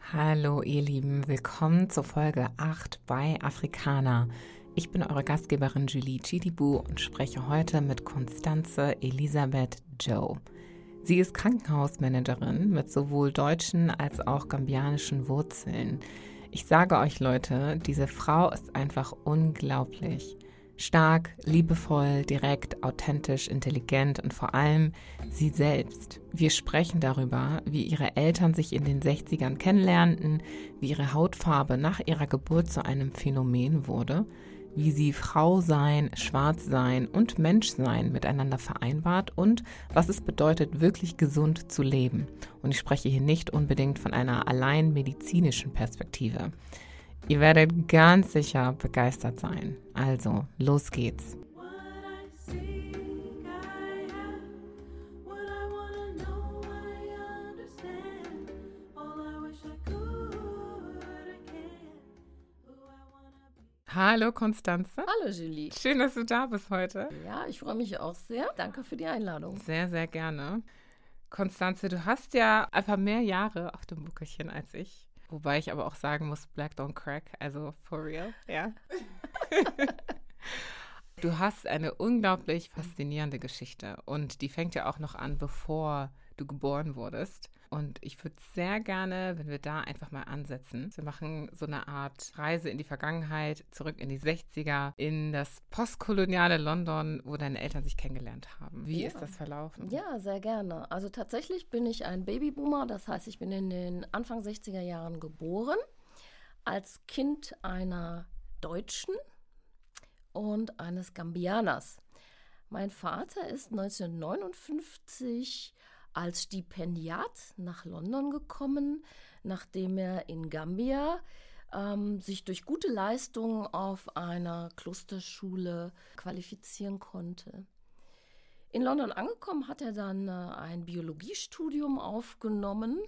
Hallo ihr Lieben, willkommen zur Folge 8 bei Afrikaner. Ich bin eure Gastgeberin Julie Chidibu und spreche heute mit Constanze Elisabeth Joe. Sie ist Krankenhausmanagerin mit sowohl deutschen als auch gambianischen Wurzeln. Ich sage euch Leute, diese Frau ist einfach unglaublich. Stark, liebevoll, direkt, authentisch, intelligent und vor allem sie selbst. Wir sprechen darüber, wie ihre Eltern sich in den 60ern kennenlernten, wie ihre Hautfarbe nach ihrer Geburt zu einem Phänomen wurde, wie sie Frau sein, Schwarz sein und Mensch sein miteinander vereinbart und was es bedeutet, wirklich gesund zu leben. Und ich spreche hier nicht unbedingt von einer allein medizinischen Perspektive. Ihr werdet ganz sicher begeistert sein. Also, los geht's. Hallo Constanze. Hallo Julie. Schön, dass du da bist heute. Ja, ich freue mich auch sehr. Danke für die Einladung. Sehr, sehr gerne. Constanze, du hast ja einfach mehr Jahre auf dem Buckelchen als ich. Wobei ich aber auch sagen muss, Black don't crack, also for real, ja. Du hast eine unglaublich faszinierende Geschichte und die fängt ja auch noch an, bevor du geboren wurdest. Und ich würde sehr gerne, wenn wir da einfach mal ansetzen, wir machen so eine Art Reise in die Vergangenheit, zurück in die 60er, in das postkoloniale London, wo deine Eltern sich kennengelernt haben. Wie ist das verlaufen? Ja, sehr gerne. Also tatsächlich bin ich ein Babyboomer, das heißt, ich bin in den Anfang 60er Jahren geboren, als Kind einer Deutschen und eines Gambianers. Mein Vater ist 1959 als Stipendiat nach London gekommen, nachdem er in Gambia sich durch gute Leistungen auf einer Klosterschule qualifizieren konnte. In London angekommen hat er dann ein Biologiestudium aufgenommen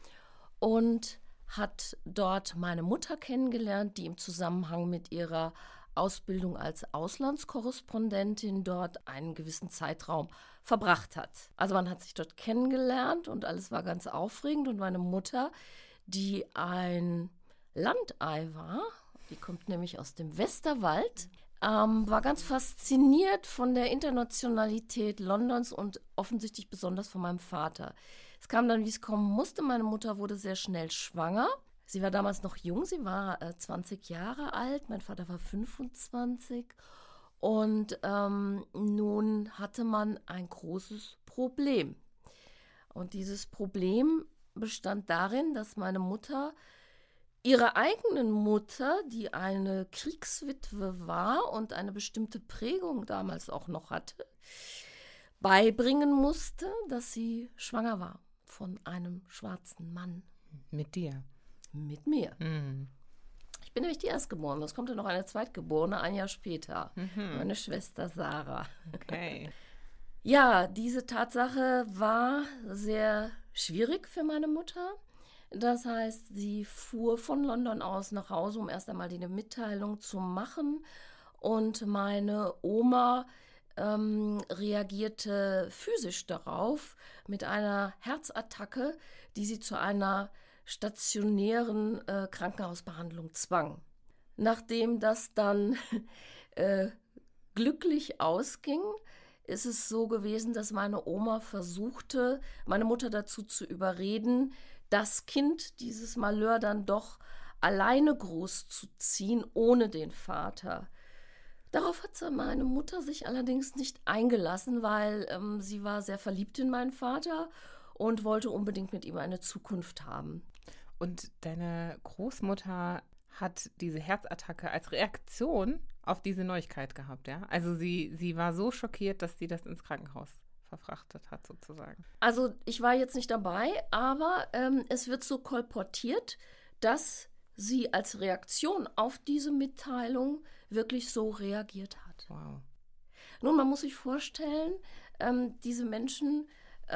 und hat dort meine Mutter kennengelernt, die im Zusammenhang mit ihrer Ausbildung als Auslandskorrespondentin dort einen gewissen Zeitraum verbracht hat. Also man hat sich dort kennengelernt und alles war ganz aufregend. Und meine Mutter, die ein Landei war, die kommt nämlich aus dem Westerwald, war ganz fasziniert von der Internationalität Londons und offensichtlich besonders von meinem Vater. Es kam dann, wie es kommen musste. Meine Mutter wurde sehr schnell schwanger. Sie war damals noch jung, sie war 20 Jahre alt, mein Vater war 25 und nun hatte man ein großes Problem. Und dieses Problem bestand darin, dass meine Mutter ihrer eigenen Mutter, die eine Kriegswitwe war und eine bestimmte Prägung damals auch noch hatte, beibringen musste, dass sie schwanger war von einem schwarzen Mann. Mit dir? Mit mir. Mhm. Ich bin nämlich die Erstgeborene. Es kommt ja noch eine Zweitgeborene, ein Jahr später. Meine Schwester Sarah. Okay. Ja, diese Tatsache war sehr schwierig für meine Mutter. Das heißt, sie fuhr von London aus nach Hause, um erst einmal die Mitteilung zu machen. Und meine Oma reagierte physisch darauf mit einer Herzattacke, die sie zu einer stationären Krankenhausbehandlung zwang. Nachdem das dann glücklich ausging, ist es so gewesen, dass meine Oma versuchte, meine Mutter dazu zu überreden, das Kind, dieses Malheur, dann doch alleine großzuziehen, ohne den Vater. Darauf hat meine Mutter sich allerdings nicht eingelassen, weil sie war sehr verliebt in meinen Vater und wollte unbedingt mit ihm eine Zukunft haben. Und deine Großmutter hat diese Herzattacke als Reaktion auf diese Neuigkeit gehabt, ja? Also sie war so schockiert, dass sie das ins Krankenhaus verfrachtet hat, sozusagen. Also ich war jetzt nicht dabei, aber es wird so kolportiert, dass sie als Reaktion auf diese Mitteilung wirklich so reagiert hat. Wow. Nun, man muss sich vorstellen, diese Menschen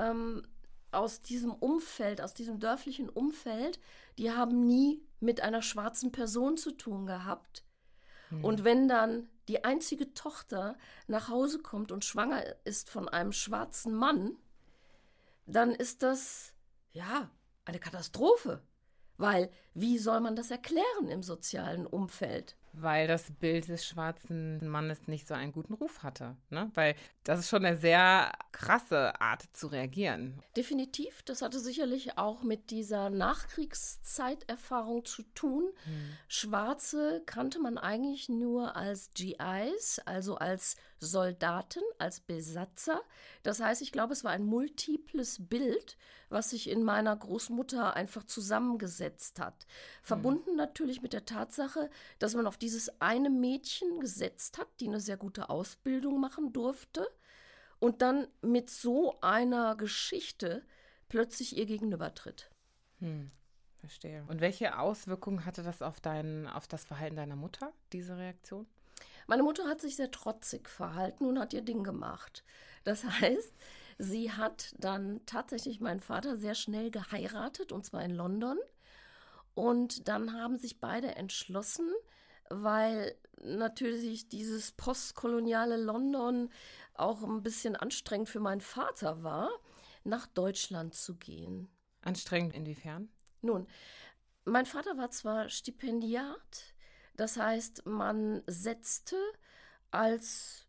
aus diesem Umfeld, aus diesem dörflichen Umfeld, die haben nie mit einer schwarzen Person zu tun gehabt. Und wenn dann die einzige Tochter nach Hause kommt und schwanger ist von einem schwarzen Mann, dann ist das, ja, eine Katastrophe. Weil, wie soll man das erklären im sozialen Umfeld? Weil das Bild des schwarzen Mannes nicht so einen guten Ruf hatte, ne? Weil das ist schon eine sehr krasse Art zu reagieren. Definitiv, das hatte sicherlich auch mit dieser Nachkriegszeiterfahrung zu tun. Schwarze kannte man eigentlich nur als GIs, also als Soldaten, als Besatzer. Das heißt, ich glaube, es war ein multiples Bild, was sich in meiner Großmutter einfach zusammengesetzt hat. Verbunden natürlich mit der Tatsache, dass man auf dieses eine Mädchen gesetzt hat, die eine sehr gute Ausbildung machen durfte und dann mit so einer Geschichte plötzlich ihr gegenübertritt. Verstehe. Und welche Auswirkungen hatte das auf das Verhalten deiner Mutter, diese Reaktion? Meine Mutter hat sich sehr trotzig verhalten und hat ihr Ding gemacht. Das heißt, sie hat dann tatsächlich meinen Vater sehr schnell geheiratet, und zwar in London. Und dann haben sich beide entschlossen, weil natürlich dieses postkoloniale London auch ein bisschen anstrengend für meinen Vater war, nach Deutschland zu gehen. Anstrengend inwiefern? Nun, mein Vater war zwar Stipendiat, das heißt, man setzte als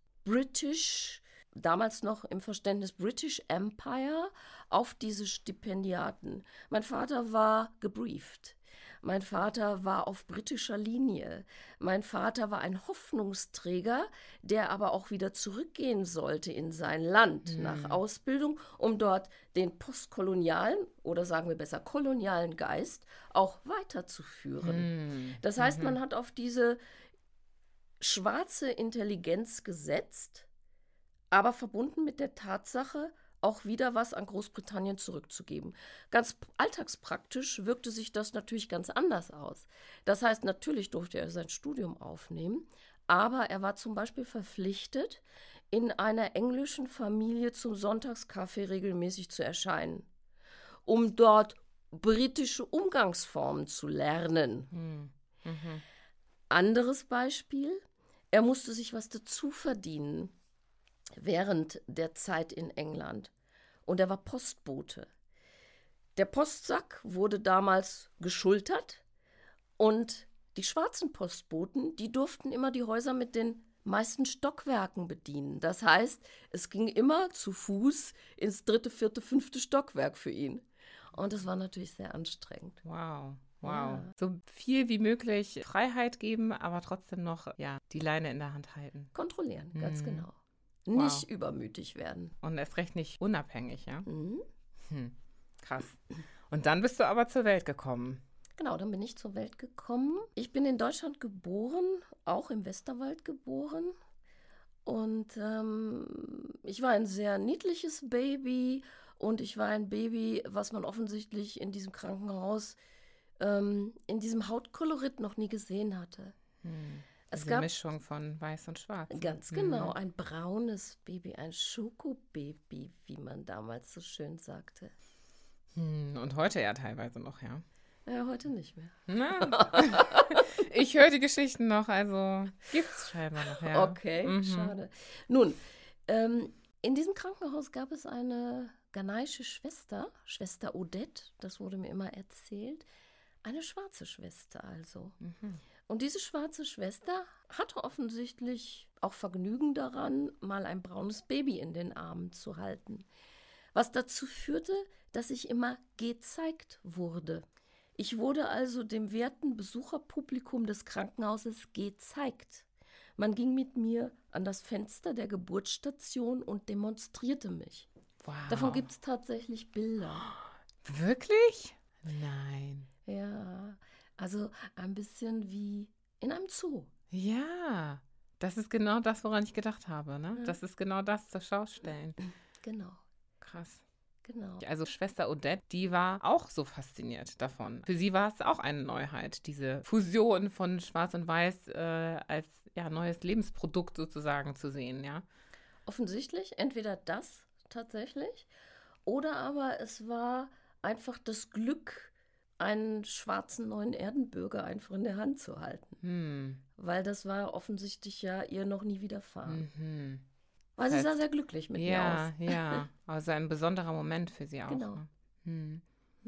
damals noch im Verständnis British Empire, auf diese Stipendiaten. Mein Vater war gebrieft. Mein Vater war auf britischer Linie. Mein Vater war ein Hoffnungsträger, der aber auch wieder zurückgehen sollte in sein Land nach Ausbildung, um dort den postkolonialen oder sagen wir besser kolonialen Geist auch weiterzuführen. Das heißt, man hat auf diese schwarze Intelligenz gesetzt, aber verbunden mit der Tatsache, auch wieder was an Großbritannien zurückzugeben. Ganz alltagspraktisch wirkte sich das natürlich ganz anders aus. Das heißt, natürlich durfte er sein Studium aufnehmen, aber er war zum Beispiel verpflichtet, in einer englischen Familie zum Sonntagskaffee regelmäßig zu erscheinen, um dort britische Umgangsformen zu lernen. Anderes Beispiel, er musste sich was dazu verdienen während der Zeit in England. Und er war Postbote. Der Postsack wurde damals geschultert und die schwarzen Postboten, die durften immer die Häuser mit den meisten Stockwerken bedienen. Das heißt, es ging immer zu Fuß ins 3., 4., 5. Stockwerk für ihn. Und das war natürlich sehr anstrengend. Wow. Ja. So viel wie möglich Freiheit geben, aber trotzdem noch die Leine in der Hand halten. Kontrollieren, ganz genau. Nicht übermütig werden. Und erst recht nicht unabhängig, ja? Krass. Und dann bist du aber zur Welt gekommen. Genau, dann bin ich zur Welt gekommen. Ich bin in Deutschland geboren, auch im Westerwald geboren. Und ich war ein sehr niedliches Baby und ich war ein Baby, was man offensichtlich in diesem Krankenhaus, in diesem Hautkolorit noch nie gesehen hatte. Es gab eine Mischung von Weiß und Schwarz. Ganz genau, ein braunes Baby, ein Schokobaby, wie man damals so schön sagte. Und heute ja teilweise noch, ja. Ja, heute nicht mehr. Na, ich höre die Geschichten noch, also gibt's scheinbar noch, ja. Okay, schade. Nun, in diesem Krankenhaus gab es eine ghanaische Schwester, Schwester Odette, das wurde mir immer erzählt, eine schwarze Schwester also. Und diese schwarze Schwester hatte offensichtlich auch Vergnügen daran, mal ein braunes Baby in den Armen zu halten. Was dazu führte, dass ich immer gezeigt wurde. Ich wurde also dem werten Besucherpublikum des Krankenhauses gezeigt. Man ging mit mir an das Fenster der Geburtsstation und demonstrierte mich. Wow. Davon gibt es tatsächlich Bilder. Wirklich? Nein. Ja, also ein bisschen wie in einem Zoo. Ja, das ist genau das, woran ich gedacht habe, ne? Ja. Das ist genau das, zur Schaustellen. Genau. Krass. Genau. Also Schwester Odette, die war auch so fasziniert davon. Für sie war es auch eine Neuheit, diese Fusion von Schwarz und Weiß als neues Lebensprodukt sozusagen zu sehen, ja? Offensichtlich, entweder das tatsächlich oder aber es war einfach das Glück, einen schwarzen neuen Erdenbürger einfach in der Hand zu halten. Weil das war offensichtlich ja ihr noch nie widerfahren. Weil sie sah sehr glücklich mit mir aus. Ja, also ein besonderer Moment für sie auch. Genau. Ne?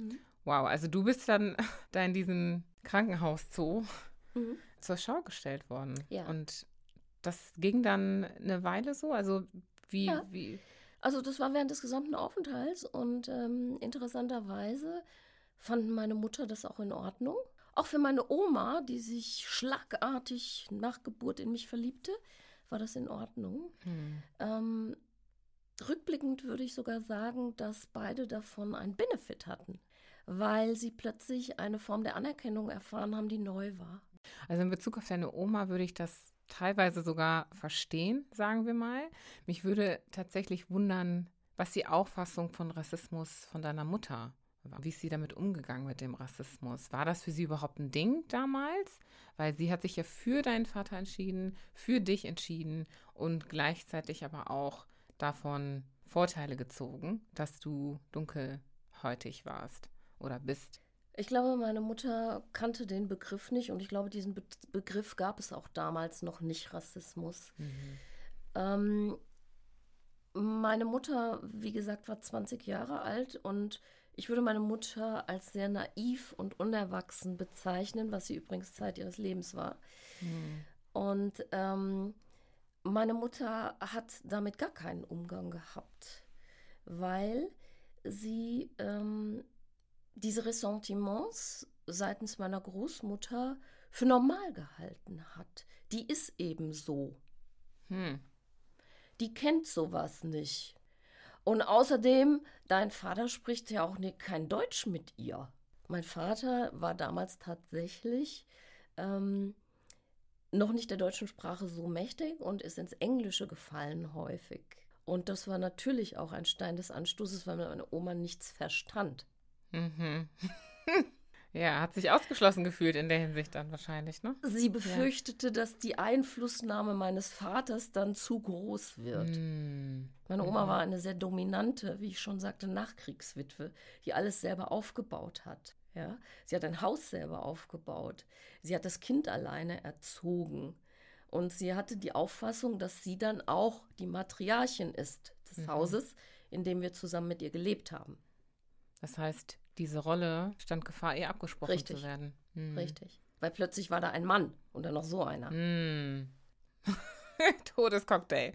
Wow, also du bist dann da in diesem Krankenhauszoo zur Schau gestellt worden. Ja. Und das ging dann eine Weile so? Also Ja. wie? Also das war während des gesamten Aufenthalts und interessanterweise fand meine Mutter das auch in Ordnung. Auch für meine Oma, die sich schlagartig nach Geburt in mich verliebte, war das in Ordnung. Rückblickend würde ich sogar sagen, dass beide davon einen Benefit hatten, weil sie plötzlich eine Form der Anerkennung erfahren haben, die neu war. Also in Bezug auf deine Oma würde ich das teilweise sogar verstehen, sagen wir mal. Mich würde tatsächlich wundern, was die Auffassung von Rassismus von deiner Mutter war. Wie ist sie damit umgegangen mit dem Rassismus? War das für sie überhaupt ein Ding damals? Weil sie hat sich ja für deinen Vater entschieden, für dich entschieden und gleichzeitig aber auch davon Vorteile gezogen, dass du dunkelhäutig warst oder bist. Ich glaube, meine Mutter kannte den Begriff nicht und ich glaube, diesen Begriff gab es auch damals noch nicht, Rassismus. Meine Mutter, wie gesagt, war 20 Jahre alt und ich würde meine Mutter als sehr naiv und unerwachsen bezeichnen, was sie übrigens Zeit ihres Lebens war. Und meine Mutter hat damit gar keinen Umgang gehabt, weil sie diese Ressentiments seitens meiner Großmutter für normal gehalten hat. Die ist eben so. Die kennt sowas nicht. Und außerdem, dein Vater spricht ja auch kein Deutsch mit ihr. Mein Vater war damals tatsächlich noch nicht der deutschen Sprache so mächtig und ist ins Englische gefallen häufig. Und das war natürlich auch ein Stein des Anstoßes, weil meine Oma nichts verstand. Ja, hat sich ausgeschlossen gefühlt in der Hinsicht dann wahrscheinlich, ne? Sie befürchtete, dass die Einflussnahme meines Vaters dann zu groß wird. Meine Oma war eine sehr dominante, wie ich schon sagte, Nachkriegswitwe, die alles selber aufgebaut hat. Ja? Sie hat ein Haus selber aufgebaut. Sie hat das Kind alleine erzogen. Und sie hatte die Auffassung, dass sie dann auch die Matriarchin ist des Hauses, in dem wir zusammen mit ihr gelebt haben. Das heißt, diese Rolle stand Gefahr, ihr abgesprochen zu werden. Richtig. Weil plötzlich war da ein Mann und dann noch so einer. Todescocktail.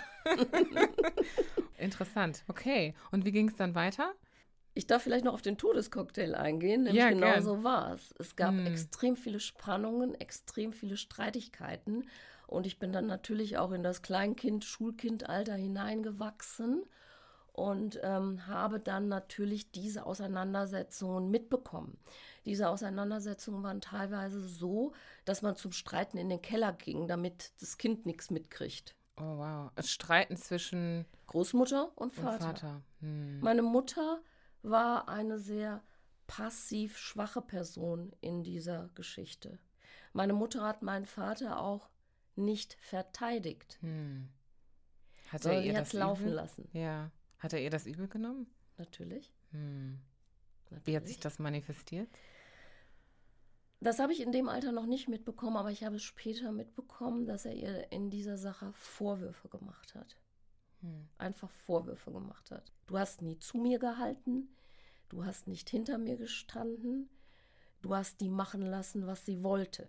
Interessant. Okay. Und wie ging es dann weiter? Ich darf vielleicht noch auf den Todescocktail eingehen, nämlich genau so war es. Es gab extrem viele Spannungen, extrem viele Streitigkeiten und ich bin dann natürlich auch in das Schulkindalter hineingewachsen und habe dann natürlich diese Auseinandersetzungen mitbekommen. Diese Auseinandersetzungen waren teilweise so, dass man zum Streiten in den Keller ging, damit das Kind nichts mitkriegt. Oh wow, Streiten zwischen Großmutter und Vater. Meine Mutter war eine sehr passiv schwache Person in dieser Geschichte. Meine Mutter hat meinen Vater auch nicht verteidigt. Hat er ihr das das laufen übel? lassen? Ja. Hat er ihr das übel genommen? Natürlich. Wie hat sich das manifestiert? Das habe ich in dem Alter noch nicht mitbekommen, aber ich habe es später mitbekommen, dass er ihr in dieser Sache Vorwürfe gemacht hat. Einfach Vorwürfe gemacht hat. Du hast nie zu mir gehalten, du hast nicht hinter mir gestanden, du hast die machen lassen, was sie wollte.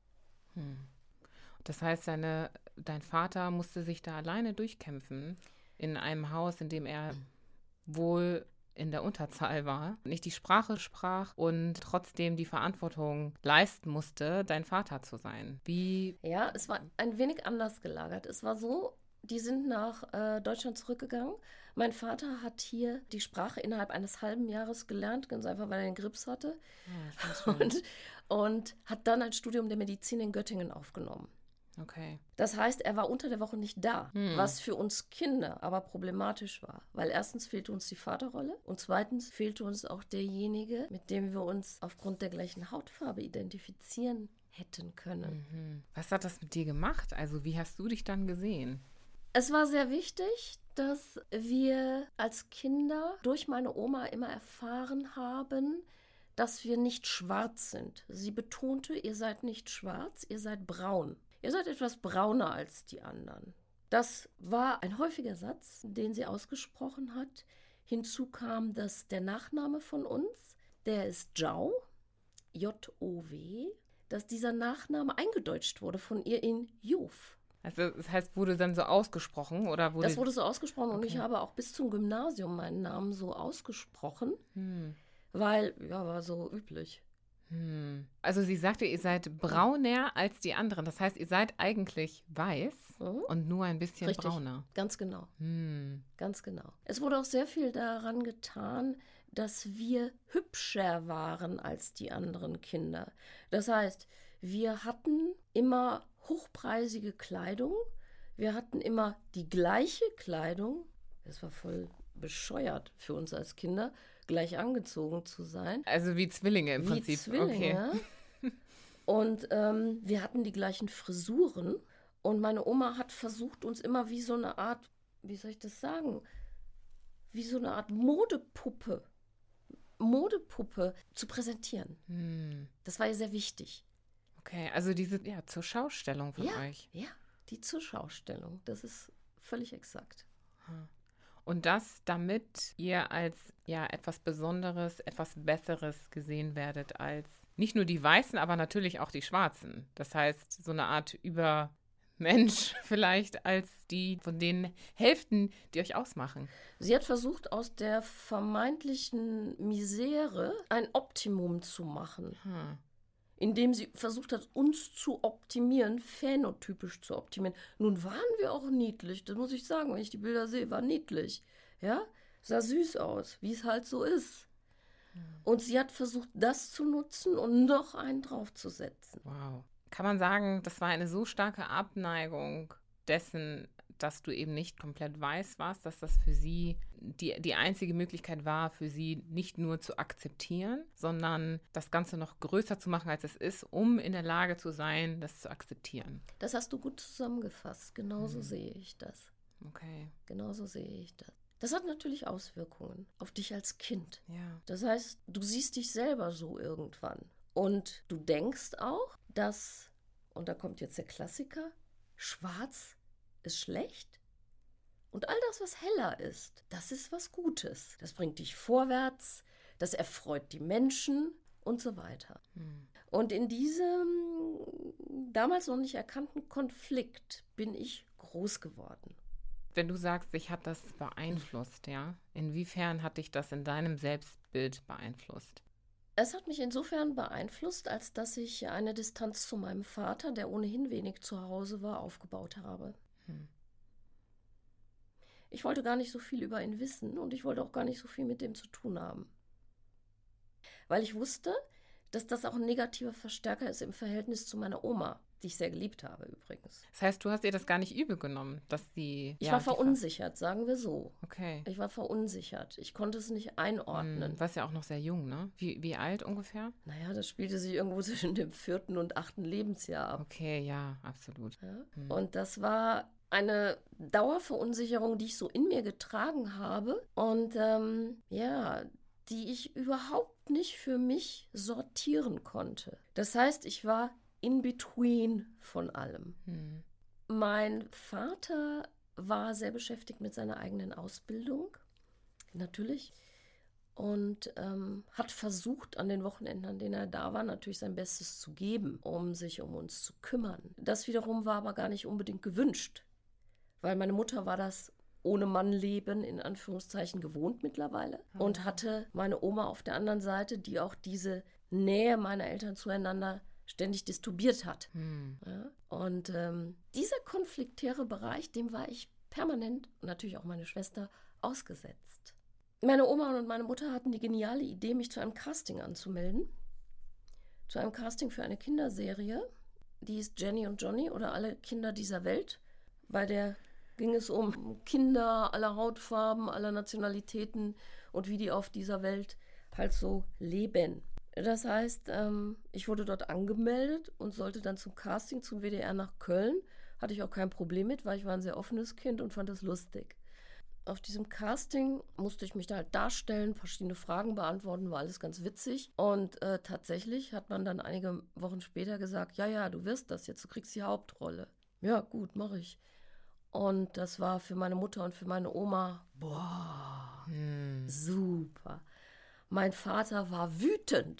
Das heißt, dein Vater musste sich da alleine durchkämpfen in einem Haus, in dem er wohl in der Unterzahl war, nicht die Sprache sprach und trotzdem die Verantwortung leisten musste, dein Vater zu sein. Wie? Ja, es war ein wenig anders gelagert. Es war so, die sind nach Deutschland zurückgegangen. Mein Vater hat hier die Sprache innerhalb eines halben Jahres gelernt, ganz einfach, weil er den Grips hatte. Und hat dann ein Studium der Medizin in Göttingen aufgenommen. Okay. Das heißt, er war unter der Woche nicht da, was für uns Kinder aber problematisch war. Weil erstens fehlte uns die Vaterrolle und zweitens fehlte uns auch derjenige, mit dem wir uns aufgrund der gleichen Hautfarbe identifizieren hätten können. Was hat das mit dir gemacht? Also wie hast du dich dann gesehen? Es war sehr wichtig, dass wir als Kinder durch meine Oma immer erfahren haben, dass wir nicht schwarz sind. Sie betonte, ihr seid nicht schwarz, ihr seid braun. Ihr seid etwas brauner als die anderen. Das war ein häufiger Satz, den sie ausgesprochen hat. Hinzu kam, dass der Nachname von uns, der ist Zhao, J-O-W, dass dieser Nachname eingedeutscht wurde von ihr in Jof. Also das heißt, wurde dann so ausgesprochen oder wurde... Das wurde so ausgesprochen und Okay. ich habe auch bis zum Gymnasium meinen Namen so ausgesprochen, weil, ja, war so üblich. Also sie sagte, ihr seid brauner als die anderen. Das heißt, ihr seid eigentlich weiß und nur ein bisschen Richtig. brauner. Ganz genau. Ganz genau. Es wurde auch sehr viel daran getan, dass wir hübscher waren als die anderen Kinder. Das heißt, wir hatten immer hochpreisige Kleidung. Wir hatten immer die gleiche Kleidung. Das war voll bescheuert für uns als Kinder, gleich angezogen zu sein. Also wie Zwillinge im Prinzip. Wie Zwillinge. Okay. Und wir hatten die gleichen Frisuren. Und meine Oma hat versucht, uns immer wie so eine Art, wie soll ich das sagen, wie so eine Art Modepuppe zu präsentieren. Das war ihr sehr wichtig. Okay, also diese, ja, zur Schaustellung von euch. Ja, die Zuschaustellung, das ist völlig exakt. Und das, damit ihr als ja etwas Besonderes, etwas Besseres gesehen werdet als nicht nur die Weißen, aber natürlich auch die Schwarzen. Das heißt, so eine Art Übermensch vielleicht als die von den Hälften, die euch ausmachen. Sie hat versucht, aus der vermeintlichen Misere ein Optimum zu machen. Indem sie versucht hat, uns zu optimieren, phänotypisch zu optimieren. Nun waren wir auch niedlich, das muss ich sagen, wenn ich die Bilder sehe, war niedlich. Ja, sah süß aus, wie es halt so ist. Und sie hat versucht, das zu nutzen und noch einen draufzusetzen. Wow. Kann man sagen, das war eine so starke Abneigung dessen, dass du eben nicht komplett weiß warst, dass das für sie die einzige Möglichkeit war, für sie nicht nur zu akzeptieren, sondern das Ganze noch größer zu machen, als es ist, um in der Lage zu sein, das zu akzeptieren. Das hast du gut zusammengefasst. Genauso sehe ich das. Okay. Genauso sehe ich das. Das hat natürlich Auswirkungen auf dich als Kind. Ja. Das heißt, du siehst dich selber so irgendwann. Und du denkst auch, dass, und da kommt jetzt der Klassiker, schwarz ist schlecht und all das, was heller ist, das ist was Gutes. Das bringt dich vorwärts, das erfreut die Menschen und so weiter. Und in diesem damals noch nicht erkannten Konflikt bin ich groß geworden. Wenn du sagst, dich hat das beeinflusst, ja, inwiefern hat dich das in deinem Selbstbild beeinflusst? Es hat mich insofern beeinflusst, als dass ich eine Distanz zu meinem Vater, der ohnehin wenig zu Hause war, aufgebaut habe. Ich wollte gar nicht so viel über ihn wissen und ich wollte auch gar nicht so viel mit dem zu tun haben. Weil ich wusste, dass das auch ein negativer Verstärker ist im Verhältnis zu meiner Oma, die ich sehr geliebt habe übrigens. Das heißt, du hast ihr das gar nicht übel genommen, dass sie... Ich war verunsichert, sagen wir so. Okay. Ich war verunsichert. Ich konnte es nicht einordnen. Du warst ja auch noch sehr jung, ne? Wie alt ungefähr? Naja, das spielte sich irgendwo zwischen dem 4. und 8. Lebensjahr ab. Okay, ja, absolut. Ja? Und das war eine Dauerverunsicherung, die ich so in mir getragen habe und die ich überhaupt nicht für mich sortieren konnte. Das heißt, ich war in between von allem. Mein Vater war sehr beschäftigt mit seiner eigenen Ausbildung, natürlich, und hat versucht, an den Wochenenden, an denen er da war, natürlich sein Bestes zu geben, um sich um uns zu kümmern. Das wiederum war aber gar nicht unbedingt gewünscht, weil meine Mutter war das ohne Mannleben in Anführungszeichen gewohnt mittlerweile und hatte meine Oma auf der anderen Seite, die auch diese Nähe meiner Eltern zueinander ständig disturbiert hat. Ja? Und dieser konfliktäre Bereich, dem war ich permanent, und natürlich auch meine Schwester, ausgesetzt. Meine Oma und meine Mutter hatten die geniale Idee, mich zu einem Casting anzumelden. Zu einem Casting für eine Kinderserie, die hieß Jenny und Johnny oder Alle Kinder dieser Welt. Bei der ging es um Kinder aller Hautfarben, aller Nationalitäten und wie die auf dieser Welt halt so leben. Das heißt, ich wurde dort angemeldet und sollte dann zum Casting zum WDR nach Köln. Hatte ich auch kein Problem mit, weil ich war ein sehr offenes Kind und fand das lustig. Auf diesem Casting musste ich mich da halt darstellen, verschiedene Fragen beantworten, war alles ganz witzig. Und tatsächlich hat man dann einige Wochen später gesagt, ja, du wirst das jetzt, du kriegst die Hauptrolle. Ja, gut, mache ich. Und das war für meine Mutter und für meine Oma, super. Mein Vater war wütend.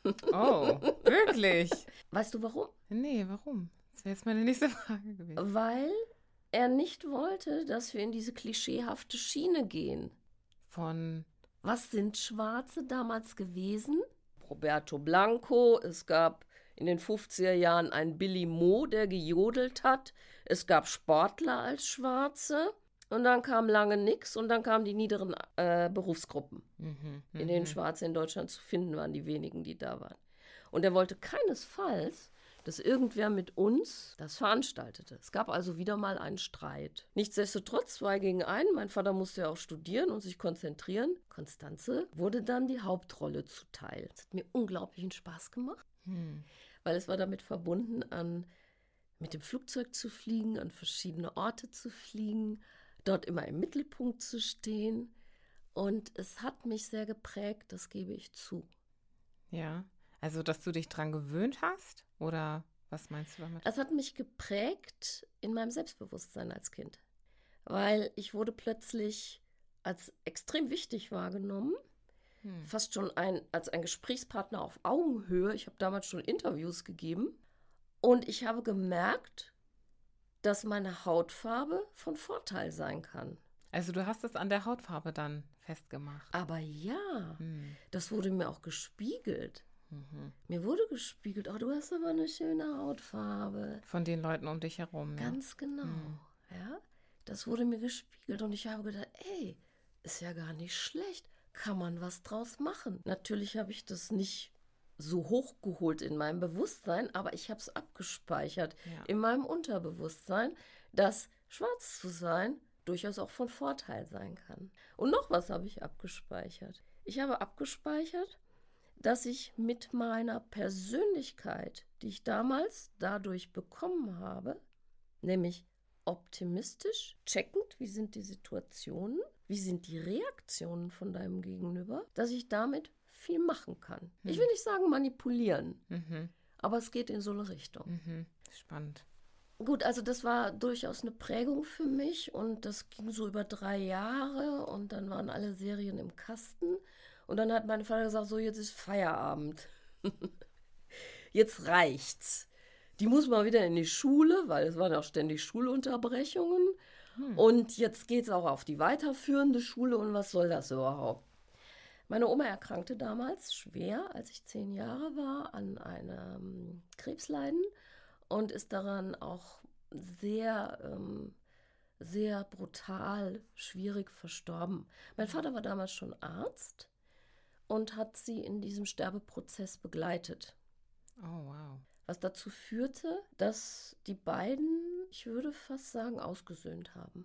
Oh, wirklich? Weißt du warum? Nee, warum? Das wäre jetzt meine nächste Frage gewesen. Weil er nicht wollte, dass wir in diese klischeehafte Schiene gehen. Von, Was sind Schwarze damals gewesen? Roberto Blanco, es gab in den 50er Jahren einen Billy Mo, der gejodelt hat. Es gab Sportler als Schwarze. Und dann kam lange nix und dann kamen die niederen Berufsgruppen, in denen Schwarze in Deutschland zu finden waren, die wenigen, die da waren. Und er wollte keinesfalls, dass irgendwer mit uns das veranstaltete. Es gab also wieder mal einen Streit. Nichtsdestotrotz 2 gegen 1. Mein Vater musste ja auch studieren und sich konzentrieren. Constanze wurde dann die Hauptrolle zuteil. Es hat mir unglaublichen Spaß gemacht, weil es war damit verbunden, mit dem Flugzeug zu fliegen, an verschiedene Orte zu fliegen, dort immer im Mittelpunkt zu stehen. Und es hat mich sehr geprägt, das gebe ich zu. ja, also dass du dich dran gewöhnt hast? Oder was meinst du damit? Es hat mich geprägt in meinem Selbstbewusstsein als Kind, weil ich wurde plötzlich als extrem wichtig wahrgenommen, fast schon als ein Gesprächspartner auf Augenhöhe. Ich habe damals schon Interviews gegeben und ich habe gemerkt, dass meine Hautfarbe von Vorteil sein kann. Also du hast es an der Hautfarbe dann festgemacht. Aber ja, das wurde mir auch gespiegelt. Mir wurde gespiegelt, oh, du hast aber eine schöne Hautfarbe. Von den Leuten um dich herum. Ja? Ganz genau, ja. Das wurde mir gespiegelt und ich habe gedacht, ey, ist ja gar nicht schlecht. Kann man was draus machen? Natürlich habe ich das nicht so hochgeholt in meinem Bewusstsein, aber ich habe es abgespeichert in meinem Unterbewusstsein, dass schwarz zu sein durchaus auch von Vorteil sein kann. Und noch was habe ich abgespeichert. Ich habe abgespeichert, dass ich mit meiner Persönlichkeit, die ich damals dadurch bekommen habe, nämlich optimistisch, checkend, wie sind die Situationen, wie sind die Reaktionen von deinem Gegenüber, dass ich damit viel machen kann. Ich will nicht sagen manipulieren, aber es geht in so eine Richtung. Spannend. Gut, also das war durchaus eine Prägung für mich und das ging so über 3 Jahre und dann waren alle Serien im Kasten und dann hat mein Vater gesagt, so jetzt ist Feierabend. Jetzt reicht's. Die muss mal wieder in die Schule, weil es waren auch ständig Schulunterbrechungen und jetzt geht's auch auf die weiterführende Schule und was soll das überhaupt? Meine Oma erkrankte damals schwer, als ich 10 Jahre war, an einem Krebsleiden und ist daran auch sehr, sehr brutal, schwierig verstorben. Mein Vater war damals schon Arzt und hat sie in diesem Sterbeprozess begleitet. Oh, wow. Was dazu führte, dass die beiden, ich würde fast sagen, ausgesöhnt haben.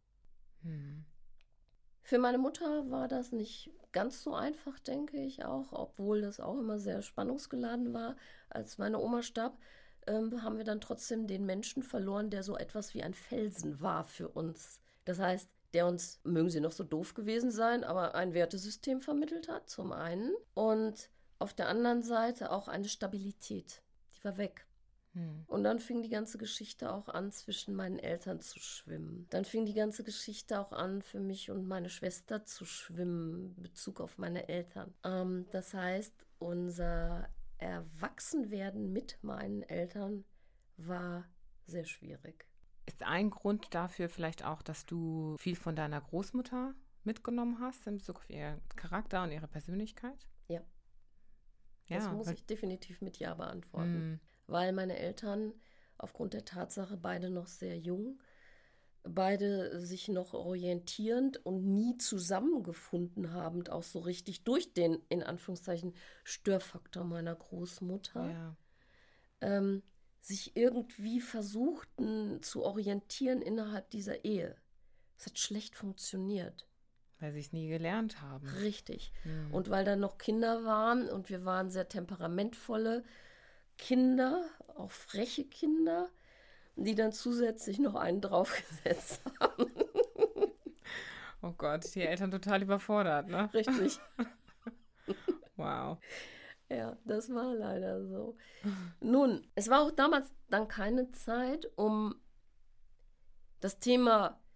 Für meine Mutter war das nicht ganz so einfach, denke ich auch, obwohl das auch immer sehr spannungsgeladen war. Als meine Oma starb, haben wir dann trotzdem den Menschen verloren, der so etwas wie ein Felsen war für uns. Das heißt, der uns, mögen sie noch so doof gewesen sein, aber ein Wertesystem vermittelt hat, zum einen. Und auf der anderen Seite auch eine Stabilität. Die war weg. Und dann fing die ganze Geschichte auch an, zwischen meinen Eltern zu schwimmen. Dann fing die ganze Geschichte auch an, für mich und meine Schwester zu schwimmen, in Bezug auf meine Eltern. Das heißt, unser Erwachsenwerden mit meinen Eltern war sehr schwierig. Ist ein Grund dafür vielleicht auch, dass du viel von deiner Großmutter mitgenommen hast in Bezug auf ihren Charakter und ihre Persönlichkeit? Ja. Das muss ich definitiv mit Ja beantworten. Weil meine Eltern aufgrund der Tatsache beide noch sehr jung, beide sich noch orientierend und nie zusammengefunden habend, auch so richtig durch den, in Anführungszeichen, Störfaktor meiner Großmutter, sich irgendwie versuchten zu orientieren innerhalb dieser Ehe. Es hat schlecht funktioniert. Weil sie es nie gelernt haben. Richtig. Und weil da noch Kinder waren und wir waren sehr temperamentvolle Kinder, auch freche Kinder, die dann zusätzlich noch einen draufgesetzt haben. Oh Gott, die Eltern total überfordert, ne? Richtig. Wow. Ja, das war leider so. Nun, es war auch damals dann keine Zeit, um das Thema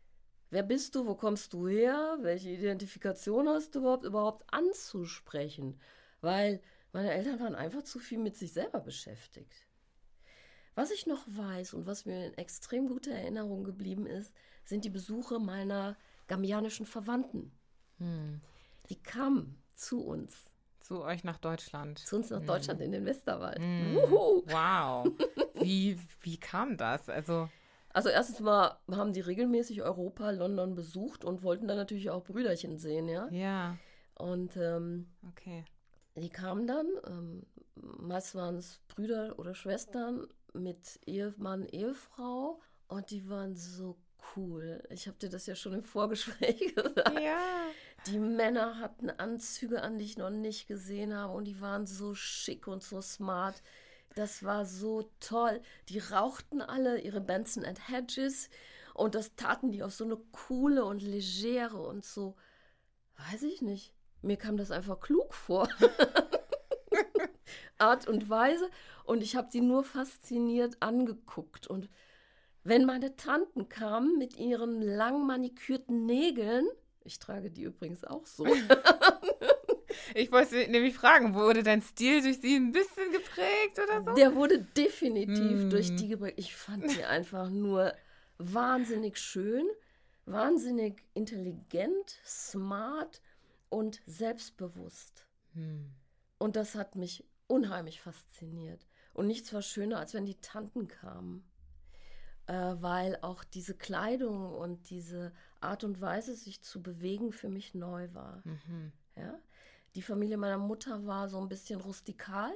wer bist du, wo kommst du her, welche Identifikation hast du überhaupt anzusprechen? Weil meine Eltern waren einfach zu viel mit sich selber beschäftigt. Was ich noch weiß und was mir in extrem guter Erinnerung geblieben ist, sind die Besuche meiner gambianischen Verwandten. Die kamen zu uns. Zu euch nach Deutschland. Zu uns nach Deutschland in den Westerwald. Wow. Wie kam das? Also erstens mal haben die regelmäßig Europa, London besucht und wollten dann natürlich auch Brüderchen sehen, ja. ja, Und okay. die kamen dann, meist waren es Brüder oder Schwestern mit Ehemann, Ehefrau und die waren so cool. Ich habe dir das ja schon im Vorgespräch gesagt. Ja. Die Männer hatten Anzüge an, die ich noch nicht gesehen habe und die waren so schick und so smart. Das war so toll. Die rauchten alle ihre Benson & Hedges und das taten die auf so eine coole und legere und so, weiß ich nicht. Mir kam das einfach klug vor. Art und Weise. Und ich habe die nur fasziniert angeguckt. Und wenn meine Tanten kamen mit ihren lang manikürten Nägeln, ich trage die übrigens auch so. Ich wollte nämlich fragen, wurde dein Stil durch sie ein bisschen geprägt oder so? Der wurde definitiv durch die geprägt. Ich fand die einfach nur wahnsinnig schön, wahnsinnig intelligent, smart und selbstbewusst. Und das hat mich unheimlich fasziniert. Und nichts war schöner, als wenn die Tanten kamen. Weil auch diese Kleidung und diese Art und Weise, sich zu bewegen, für mich neu war. Ja? Die Familie meiner Mutter war so ein bisschen rustikal.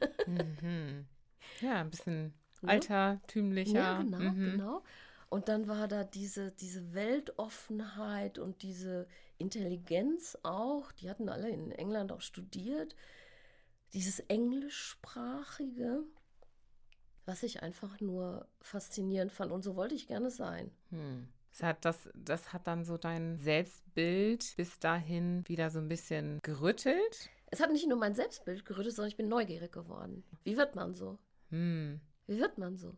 Ja, ein bisschen altertümlicher. Ja, genau. Und dann war da diese Weltoffenheit und diese Intelligenz auch. Die hatten alle in England auch studiert. Dieses Englischsprachige, was ich einfach nur faszinierend fand. Und so wollte ich gerne sein. Das hat dann so dein Selbstbild bis dahin wieder so ein bisschen gerüttelt? Es hat nicht nur mein Selbstbild gerüttelt, sondern ich bin neugierig geworden. Wie wird man so? Wie wird man so?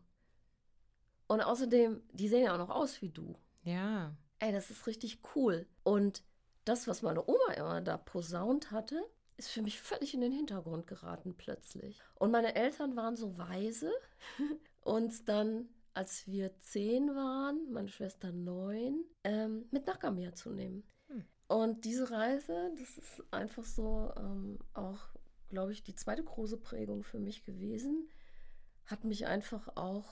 Und außerdem, die sehen ja auch noch aus wie du. Ja. Ey, das ist richtig cool. Und das, was meine Oma immer da posaunt hatte, ist für mich völlig in den Hintergrund geraten plötzlich. Und meine Eltern waren so weise, uns dann, als wir 10 waren, meine Schwester 9, mit nach Gambia zu nehmen. Und diese Reise, das ist einfach so auch, glaube ich, die zweite große Prägung für mich gewesen, hat mich einfach auch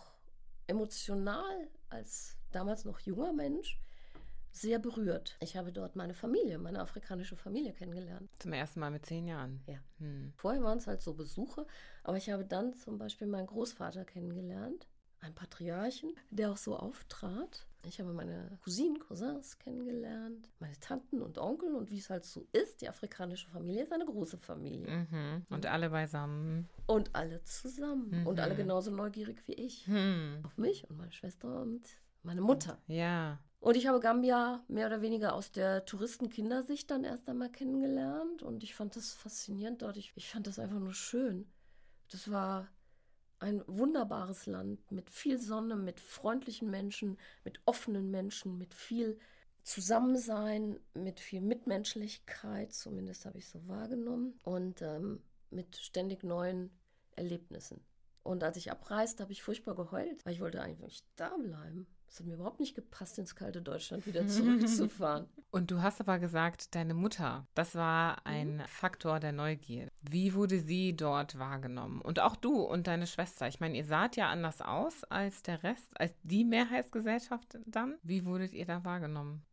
emotional als damals noch junger Mensch sehr berührt. Ich habe dort meine Familie, meine afrikanische Familie kennengelernt. Zum ersten Mal mit 10 Jahren? Ja. Vorher waren es halt so Besuche, aber ich habe dann zum Beispiel meinen Großvater kennengelernt, einen Patriarchen, der auch so auftrat. Ich habe meine Cousinen, Cousins kennengelernt, meine Tanten und Onkel und wie es halt so ist, die afrikanische Familie ist eine große Familie. Und alle beisammen. Und alle zusammen. Und alle genauso neugierig wie ich. Auf mich und meine Schwester und meine Mutter. Ja. Und ich habe Gambia mehr oder weniger aus der Touristenkindersicht dann erst einmal kennengelernt. Und ich fand das faszinierend dort. Ich fand das einfach nur schön. Das war ein wunderbares Land mit viel Sonne, mit freundlichen Menschen, mit offenen Menschen, mit viel Zusammensein, mit viel Mitmenschlichkeit. Zumindest habe ich so wahrgenommen. Und mit ständig neuen Erlebnissen. Und als ich abreiste, habe ich furchtbar geheult, weil ich wollte eigentlich da bleiben. Es hat mir überhaupt nicht gepasst, ins kalte Deutschland wieder zurückzufahren. Und du hast aber gesagt, deine Mutter, das war ein Faktor der Neugier. Wie wurde sie dort wahrgenommen? Und auch du und deine Schwester. Ich meine, ihr saht ja anders aus als der Rest, als die Mehrheitsgesellschaft dann. Wie wurdet ihr da wahrgenommen?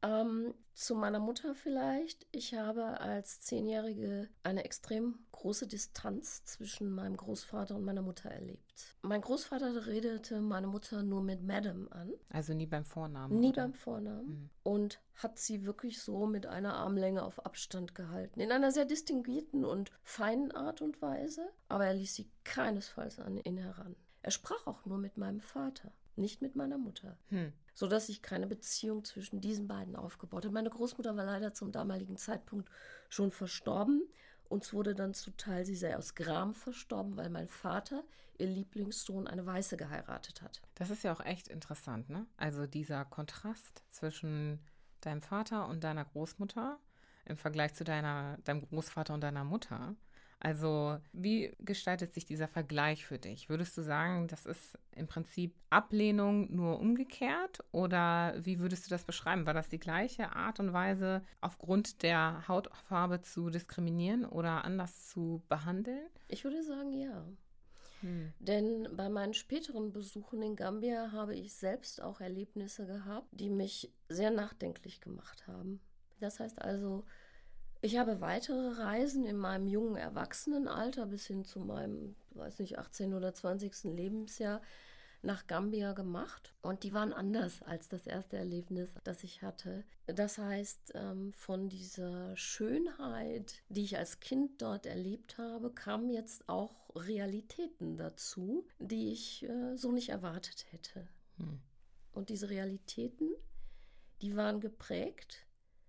Zu meiner Mutter vielleicht. Ich habe als 10-Jährige eine extrem große Distanz zwischen meinem Großvater und meiner Mutter erlebt. Mein Großvater redete meine Mutter nur mit Madam an. Also nie beim Vornamen? Nie beim Vornamen. Und hat sie wirklich so mit einer Armlänge auf Abstand gehalten. In einer sehr distinguierten und feinen Art und Weise. Aber er ließ sie keinesfalls an ihn heran. Er sprach auch nur mit meinem Vater, nicht mit meiner Mutter. Sodass sich keine Beziehung zwischen diesen beiden aufgebaut hat. Meine Großmutter war leider zum damaligen Zeitpunkt schon verstorben. Uns wurde dann zuteil, sie sei aus Gram verstorben, weil mein Vater, ihr Lieblingssohn, eine Weiße geheiratet hat. Das ist ja auch echt interessant, ne? Also dieser Kontrast zwischen deinem Vater und deiner Großmutter im Vergleich zu deinem Großvater und deiner Mutter. Also wie gestaltet sich dieser Vergleich für dich? Würdest du sagen, das ist im Prinzip Ablehnung nur umgekehrt oder wie würdest du das beschreiben? War das die gleiche Art und Weise, aufgrund der Hautfarbe zu diskriminieren oder anders zu behandeln? Ich würde sagen, ja. Denn bei meinen späteren Besuchen in Gambia habe ich selbst auch Erlebnisse gehabt, die mich sehr nachdenklich gemacht haben. Das heißt also, ich habe weitere Reisen in meinem jungen Erwachsenenalter bis hin zu meinem, weiß nicht, 18. oder 20. Lebensjahr nach Gambia gemacht. Und die waren anders als das erste Erlebnis, das ich hatte. Das heißt, von dieser Schönheit, die ich als Kind dort erlebt habe, kamen jetzt auch Realitäten dazu, die ich so nicht erwartet hätte. Und diese Realitäten, die waren geprägt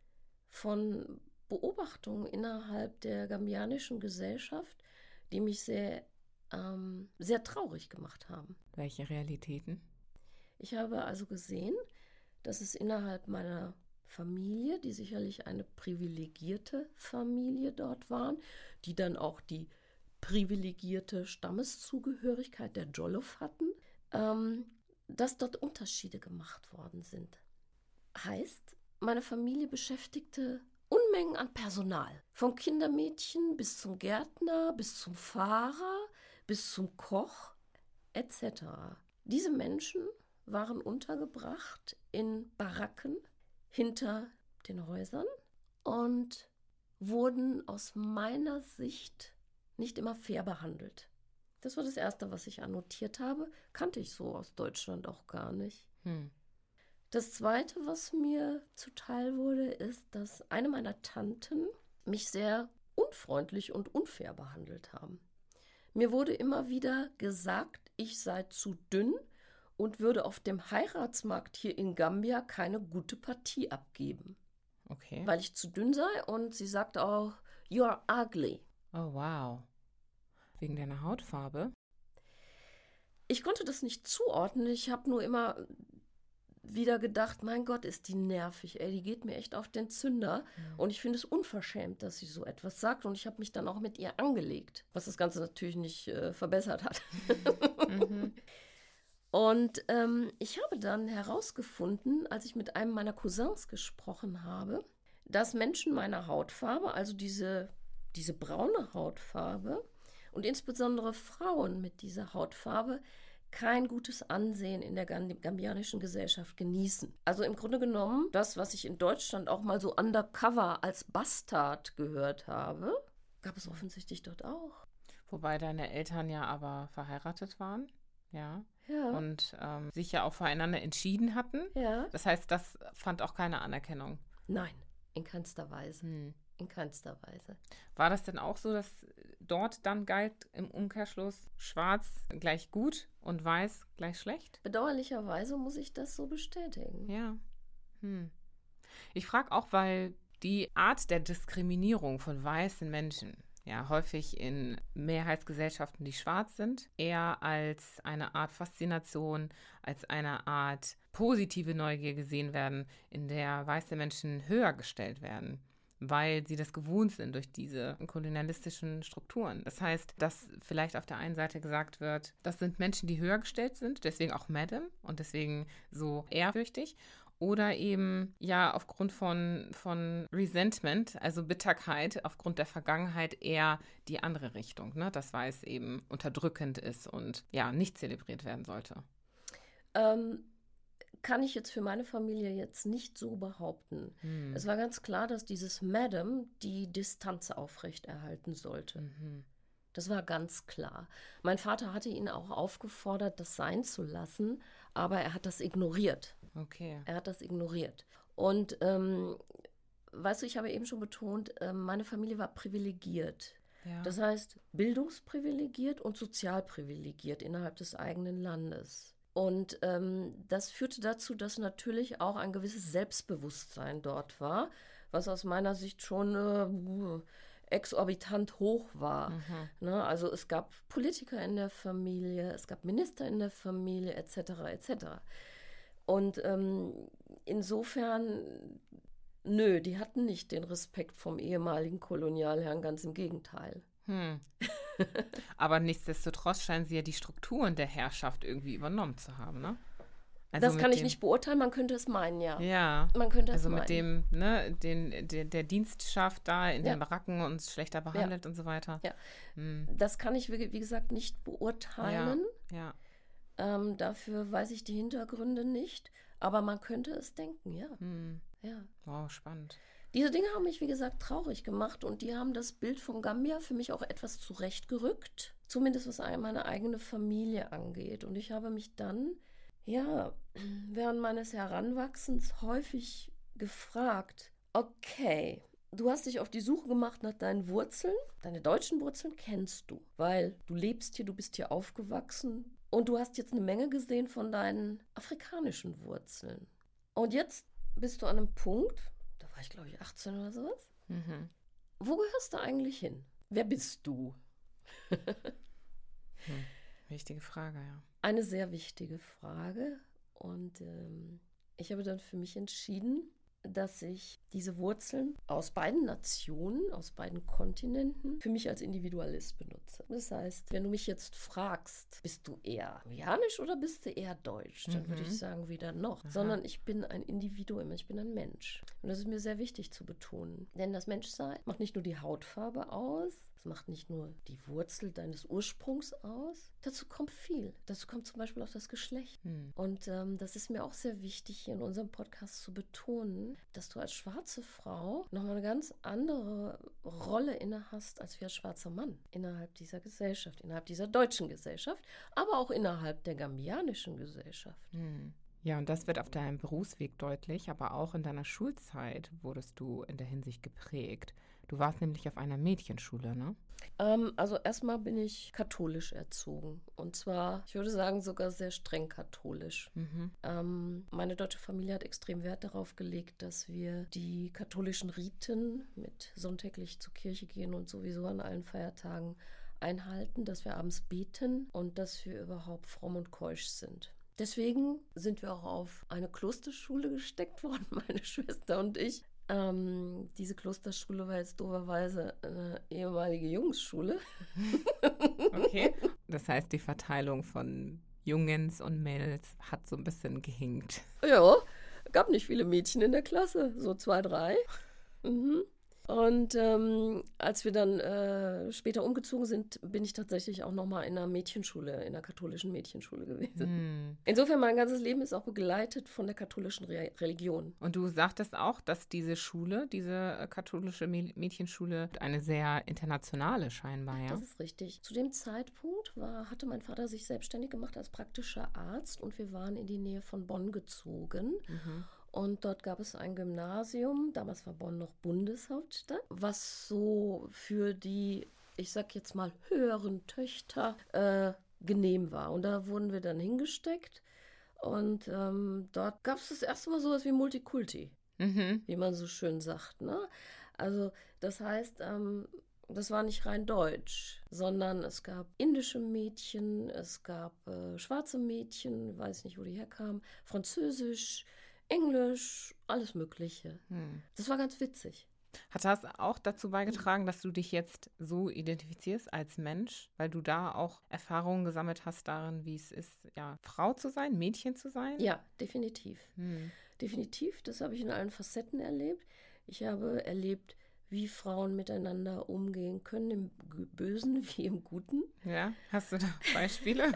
von Beobachtungen innerhalb der gambianischen Gesellschaft, die mich sehr, sehr traurig gemacht haben. Welche Realitäten? Ich habe also gesehen, dass es innerhalb meiner Familie, die sicherlich eine privilegierte Familie dort waren, die dann auch die privilegierte Stammeszugehörigkeit der Jollof hatten, dass dort Unterschiede gemacht worden sind. Heißt, meine Familie beschäftigte Unmengen an Personal. Vom Kindermädchen bis zum Gärtner, bis zum Fahrer, bis zum Koch etc. Diese Menschen waren untergebracht in Baracken hinter den Häusern und wurden aus meiner Sicht nicht immer fair behandelt. Das war das Erste, was ich annotiert habe. Kannte ich so aus Deutschland auch gar nicht. Das Zweite, was mir zuteil wurde, ist, dass eine meiner Tanten mich sehr unfreundlich und unfair behandelt haben. Mir wurde immer wieder gesagt, ich sei zu dünn und würde auf dem Heiratsmarkt hier in Gambia keine gute Partie abgeben. Okay. Weil ich zu dünn sei und sie sagt auch, you're ugly. Oh, wow. Wegen deiner Hautfarbe? Ich konnte das nicht zuordnen. Ich habe nur immer wieder gedacht, mein Gott, ist die nervig, ey, die geht mir echt auf den Zünder. Und ich finde es unverschämt, dass sie so etwas sagt. Und ich habe mich dann auch mit ihr angelegt, was das Ganze natürlich nicht verbessert hat. Und ich habe dann herausgefunden, als ich mit einem meiner Cousins gesprochen habe, dass Menschen meiner Hautfarbe, also diese braune Hautfarbe und insbesondere Frauen mit dieser Hautfarbe, kein gutes Ansehen in der gambianischen Gesellschaft genießen. Also im Grunde genommen, das, was ich in Deutschland auch mal so undercover als Bastard gehört habe, gab es offensichtlich dort auch. Wobei deine Eltern ja aber verheiratet waren, ja. Ja. Und sich ja auch füreinander entschieden hatten. Ja. Das heißt, das fand auch keine Anerkennung. Nein, in keinster Weise. In keinster Weise. War das denn auch so, dass dort dann galt im Umkehrschluss schwarz gleich gut und weiß gleich schlecht? Bedauerlicherweise muss ich das so bestätigen. Ja. Ich frage auch, weil die Art der Diskriminierung von weißen Menschen ja häufig in Mehrheitsgesellschaften, die schwarz sind, eher als eine Art Faszination, als eine Art positive Neugier gesehen werden, in der weiße Menschen höher gestellt werden, weil sie das gewohnt sind durch diese kolonialistischen Strukturen. Das heißt, dass vielleicht auf der einen Seite gesagt wird, das sind Menschen, die höher gestellt sind, deswegen auch Madam und deswegen so ehrfürchtig. Oder eben ja aufgrund von Resentment, also Bitterkeit, aufgrund der Vergangenheit eher die andere Richtung, ne? Das Weiß eben unterdrückend ist und ja nicht zelebriert werden sollte. Kann ich jetzt für meine Familie jetzt nicht so behaupten. Es war ganz klar, dass dieses Madam die Distanz aufrechterhalten sollte. Das war ganz klar. Mein Vater hatte ihn auch aufgefordert, das sein zu lassen, aber er hat das ignoriert. Okay. Er hat das ignoriert. Und weißt du, ich habe eben schon betont, meine Familie war privilegiert. Ja. Das heißt, bildungsprivilegiert und sozialprivilegiert innerhalb des eigenen Landes. Und das führte dazu, dass natürlich auch ein gewisses Selbstbewusstsein dort war, was aus meiner Sicht schon exorbitant hoch war. Ne? Also es gab Politiker in der Familie, es gab Minister in der Familie, etc., etc. Und insofern, nö, die hatten nicht den Respekt vom ehemaligen Kolonialherrn, ganz im Gegenteil. Aber nichtsdestotrotz scheinen sie ja die Strukturen der Herrschaft irgendwie übernommen zu haben, ne? Also das kann ich nicht beurteilen, man könnte es meinen, ja. Ja, man könnte es also meinen. mit dem, ne, der Dienstschaft da in den Baracken uns schlechter behandelt und so weiter. Ja, das kann ich, wie gesagt, nicht beurteilen. Ja. Dafür weiß ich die Hintergründe nicht, aber man könnte es denken, ja. Ja. Wow, spannend. Diese Dinge haben mich, wie gesagt, traurig gemacht und die haben das Bild von Gambia für mich auch etwas zurechtgerückt, zumindest was meine eigene Familie angeht. Und ich habe mich dann, ja, während meines Heranwachsens häufig gefragt, okay, du hast dich auf die Suche gemacht nach deinen Wurzeln, deine deutschen Wurzeln kennst du, weil du lebst hier, du bist hier aufgewachsen und du hast jetzt eine Menge gesehen von deinen afrikanischen Wurzeln. Und jetzt bist du an einem Punkt, da war ich glaube ich 18 oder sowas, wo gehörst du eigentlich hin? Wer bist du? Wichtige Frage, ja. Eine sehr wichtige Frage und ich habe dann für mich entschieden, dass ich diese Wurzeln aus beiden Nationen, aus beiden Kontinenten für mich als Individualist benutze. Das heißt, wenn du mich jetzt fragst, bist du eher Hawaiianisch oder bist du eher Deutsch, dann würde ich sagen, weder noch. Sondern ich bin ein Individuum, ich bin ein Mensch. Und das ist mir sehr wichtig zu betonen. Denn das Menschsein macht nicht nur die Hautfarbe aus, es macht nicht nur die Wurzel deines Ursprungs aus, dazu kommt viel. Dazu kommt zum Beispiel auch das Geschlecht. Und das ist mir auch sehr wichtig, hier in unserem Podcast zu betonen, dass du als schwarze Frau nochmal eine ganz andere Rolle inne hast, als wir als schwarzer Mann innerhalb dieser Gesellschaft, innerhalb dieser deutschen Gesellschaft, aber auch innerhalb der gambianischen Gesellschaft. Ja, und das wird auf deinem Berufsweg deutlich, aber auch in deiner Schulzeit wurdest du in der Hinsicht geprägt. Du warst nämlich auf einer Mädchenschule, ne? Also erstmal bin ich katholisch erzogen. Und zwar, ich würde sagen, sogar sehr streng katholisch. Meine deutsche Familie hat extrem Wert darauf gelegt, dass wir die katholischen Riten mit sonntäglich zur Kirche gehen und sowieso an allen Feiertagen einhalten, dass wir abends beten und dass wir überhaupt fromm und keusch sind. Deswegen sind wir auch auf eine Klosterschule gesteckt worden, meine Schwester und ich. Diese Klosterschule war jetzt dooferweise eine ehemalige Jungsschule. Okay. Das heißt, die Verteilung von Jungens und Mädels hat so ein bisschen gehinkt. Ja, gab nicht viele Mädchen in der Klasse, so 2, 3. Und als wir dann später umgezogen sind, bin ich tatsächlich auch nochmal in einer Mädchenschule, in einer katholischen Mädchenschule gewesen. Insofern, mein ganzes Leben ist auch begleitet von der katholischen Religion. Und du sagtest auch, dass diese Schule, diese katholische Mädchenschule, eine sehr internationale scheinbar, ja? Das ist richtig. Zu dem Zeitpunkt hatte mein Vater sich selbstständig gemacht als praktischer Arzt und wir waren in die Nähe von Bonn gezogen. Und dort gab es ein Gymnasium, damals war Bonn noch Bundeshauptstadt, was so für die, ich sag jetzt mal, höheren Töchter genehm war. Und da wurden wir dann hingesteckt und dort gab es das erste Mal sowas wie Multikulti, wie man so schön sagt, ne? Also das heißt, das war nicht rein deutsch, sondern es gab indische Mädchen, es gab schwarze Mädchen, weiß nicht, wo die herkamen, Französisch, Englisch, alles Mögliche. Das war ganz witzig. Hat das auch dazu beigetragen, dass du dich jetzt so identifizierst als Mensch, weil du da auch Erfahrungen gesammelt hast darin, wie es ist, ja, Frau zu sein, Mädchen zu sein? Ja, definitiv. Definitiv, das habe ich in allen Facetten erlebt. Ich habe erlebt, wie Frauen miteinander umgehen können, im Bösen wie im Guten. Ja, hast du da Beispiele?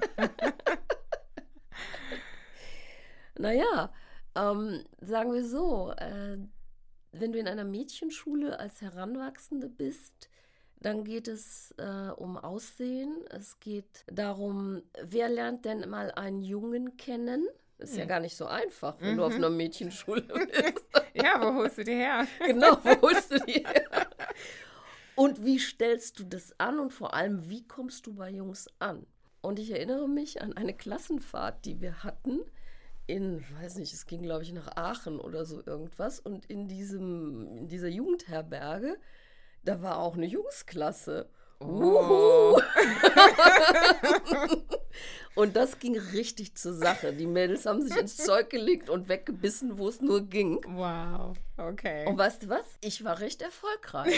Naja, sagen wir so, wenn du in einer Mädchenschule als Heranwachsende bist, dann geht es um Aussehen. Es geht darum, wer lernt denn mal einen Jungen kennen? Ist ja gar nicht so einfach, wenn du auf einer Mädchenschule bist. Ja, wo holst du die her? Genau, wo holst du die her? Und wie stellst du das an und vor allem, wie kommst du bei Jungs an? Und ich erinnere mich an eine Klassenfahrt, die wir hatten, weiß nicht, es ging, glaube ich, nach Aachen oder so irgendwas. Und in dieser Jugendherberge, da war auch eine Jungsklasse. Oh. Und das ging richtig zur Sache. Die Mädels haben sich ins Zeug gelegt und weggebissen, wo es nur ging. Wow, okay. Und weißt du was? Ich war recht erfolgreich.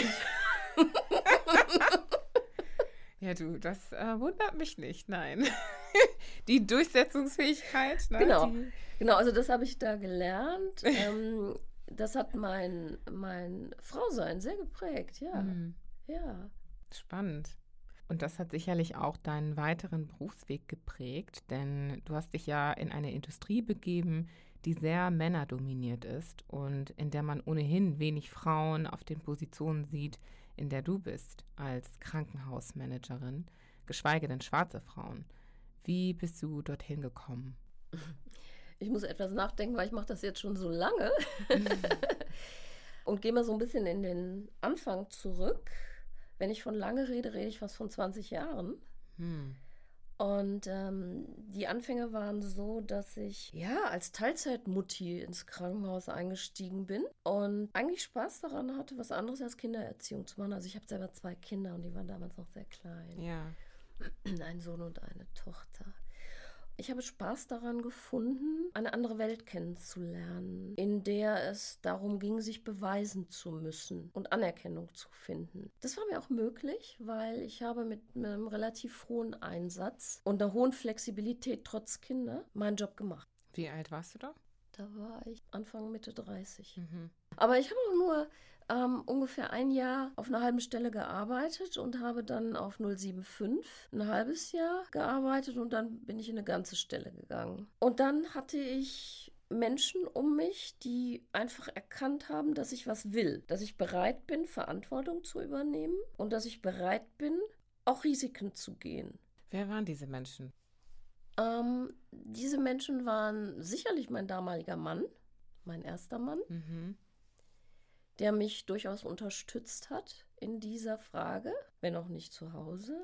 Ja, du, das wundert mich nicht, nein. Die Durchsetzungsfähigkeit, ne? Genau, also das habe ich da gelernt. Das hat mein Frausein sehr geprägt, ja. Ja. Spannend. Und das hat sicherlich auch deinen weiteren Berufsweg geprägt, denn du hast dich ja in eine Industrie begeben, die sehr männerdominiert ist und in der man ohnehin wenig Frauen auf den Positionen sieht, in der du bist als Krankenhausmanagerin, geschweige denn schwarze Frauen. Wie bist du dorthin gekommen? Ich muss etwas nachdenken, weil ich mache das jetzt schon so lange. Und gehe mal so ein bisschen in den Anfang zurück. Wenn ich von lange rede, rede ich fast von 20 Jahren. Und die Anfänge waren so, dass ich als Teilzeitmutti ins Krankenhaus eingestiegen bin und eigentlich Spaß daran hatte, was anderes als Kindererziehung zu machen. Also ich habe selber 2 Kinder und die waren damals noch sehr klein. Ja. Ein Sohn und eine Tochter. Ich habe Spaß daran gefunden, eine andere Welt kennenzulernen, in der es darum ging, sich beweisen zu müssen und Anerkennung zu finden. Das war mir auch möglich, weil ich habe mit einem relativ hohen Einsatz und einer hohen Flexibilität trotz Kinder meinen Job gemacht. Wie alt warst du da? Da war ich Anfang, Mitte 30. Aber ich habe auch nur ungefähr ein Jahr auf einer halben Stelle gearbeitet und habe dann auf 075 ein halbes Jahr gearbeitet und dann bin ich in eine ganze Stelle gegangen. Und dann hatte ich Menschen um mich, die einfach erkannt haben, dass ich was will, dass ich bereit bin, Verantwortung zu übernehmen und dass ich bereit bin, auch Risiken zu gehen. Wer waren diese Menschen? Diese Menschen waren sicherlich mein damaliger Mann, mein erster Mann, der mich durchaus unterstützt hat in dieser Frage, wenn auch nicht zu Hause.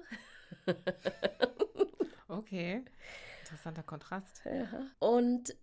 Okay, interessanter Kontrast. Ja. Und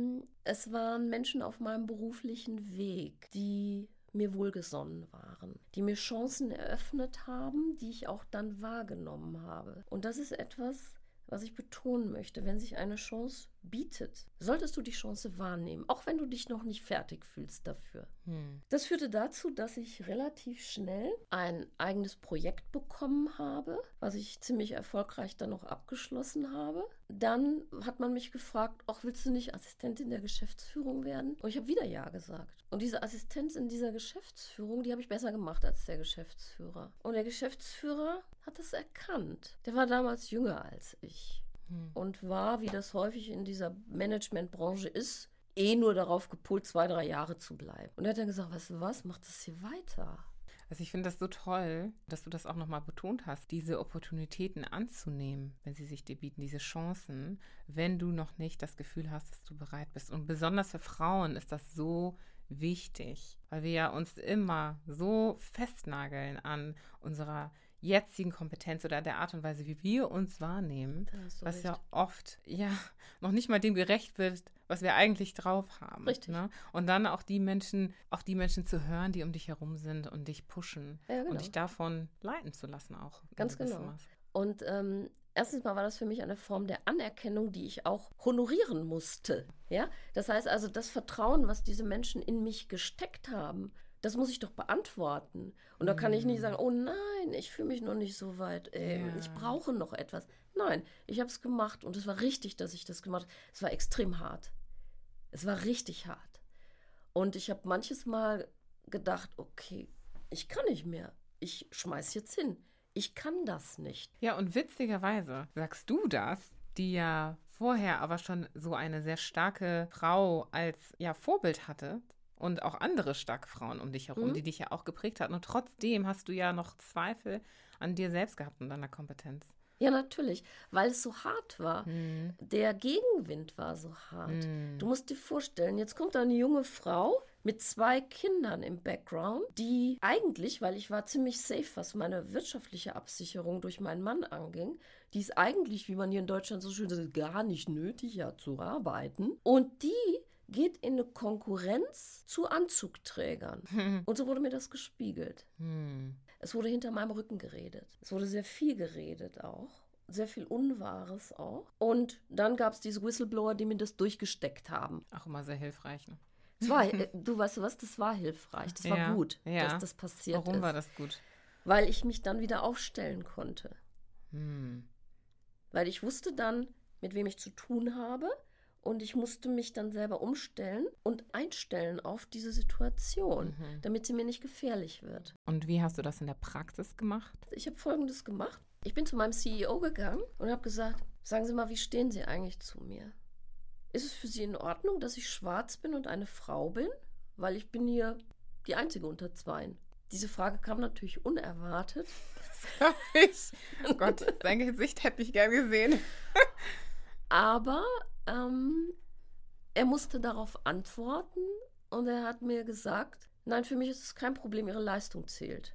es waren Menschen auf meinem beruflichen Weg, die mir wohlgesonnen waren, die mir Chancen eröffnet haben, die ich auch dann wahrgenommen habe. Und das ist etwas, was ich betonen möchte. Wenn sich eine Chance bietet, solltest du die Chance wahrnehmen, auch wenn du dich noch nicht fertig fühlst dafür. Das führte dazu, dass ich relativ schnell ein eigenes Projekt bekommen habe, was ich ziemlich erfolgreich dann noch abgeschlossen habe. Dann hat man mich gefragt, ach, willst du nicht Assistentin der Geschäftsführung werden? Und ich habe wieder ja gesagt. Und diese Assistenz in dieser Geschäftsführung, die habe ich besser gemacht als der Geschäftsführer. Und der Geschäftsführer hat es erkannt. Der war damals jünger als ich und war, wie das häufig in dieser Managementbranche ist, nur darauf gepolt, 2, 3 Jahre zu bleiben. Und er hat dann gesagt, weißt du was, mach das hier weiter. Also ich finde das so toll, dass du das auch nochmal betont hast, diese Opportunitäten anzunehmen, wenn sie sich dir bieten, diese Chancen, wenn du noch nicht das Gefühl hast, dass du bereit bist. Und besonders für Frauen ist das so wichtig, weil wir ja uns immer so festnageln an unserer jetzigen Kompetenz oder der Art und Weise, wie wir uns wahrnehmen, was recht. Ja oft noch nicht mal dem gerecht wird, was wir eigentlich drauf haben. Richtig. Ne? Und dann auch die Menschen zu hören, die um dich herum sind und dich pushen und dich davon leiten zu lassen auch. Ganz genau. Und erstens mal war das für mich eine Form der Anerkennung, die ich auch honorieren musste. Ja? Das heißt also, das Vertrauen, was diese Menschen in mich gesteckt haben, das muss ich doch beantworten. Und da kann ich nicht sagen, oh nein, ich fühle mich noch nicht so weit, ich brauche noch etwas. Nein, ich habe es gemacht und es war richtig, dass ich das gemacht habe. Es war extrem hart. Es war richtig hart. Und ich habe manches Mal gedacht, okay, ich kann nicht mehr. Ich schmeiß jetzt hin. Ich kann das nicht. Ja, und witzigerweise sagst du das, die ja vorher aber schon so eine sehr starke Frau als Vorbild hatte. Und auch andere starke Frauen um dich herum, die dich ja auch geprägt hatten. Und trotzdem hast du ja noch Zweifel an dir selbst gehabt und deiner Kompetenz. Ja, natürlich, weil es so hart war. Der Gegenwind war so hart. Du musst dir vorstellen, jetzt kommt da eine junge Frau mit 2 Kindern im Background, die eigentlich, weil ich war ziemlich safe, was meine wirtschaftliche Absicherung durch meinen Mann anging, die ist eigentlich, wie man hier in Deutschland so schön sagt, gar nicht nötig, zu arbeiten. Und die geht in eine Konkurrenz zu Anzugträgern. Und so wurde mir das gespiegelt. Es wurde hinter meinem Rücken geredet. Es wurde sehr viel geredet auch. sehr viel Unwahres auch. Und dann gab es diese Whistleblower, die mir das durchgesteckt haben. Auch immer sehr hilfreich. Ne? Du weißt was, das war hilfreich. Das war gut, dass das passiert ist. Warum war das gut? Weil ich mich dann wieder aufstellen konnte. Hm. Weil ich wusste dann, mit wem ich zu tun habe. Und ich musste mich dann selber umstellen und einstellen auf diese Situation, damit sie mir nicht gefährlich wird. Und wie hast du das in der Praxis gemacht? Ich habe Folgendes gemacht. Ich bin zu meinem CEO gegangen und habe gesagt, sagen Sie mal, wie stehen Sie eigentlich zu mir? Ist es für Sie in Ordnung, dass ich schwarz bin und eine Frau bin? Weil ich bin hier die Einzige unter Zweien. Diese Frage kam natürlich unerwartet. Das ich. Oh Gott, sein Gesicht hätte ich gern gesehen. Aber er musste darauf antworten und er hat mir gesagt, nein, für mich ist es kein Problem, Ihre Leistung zählt.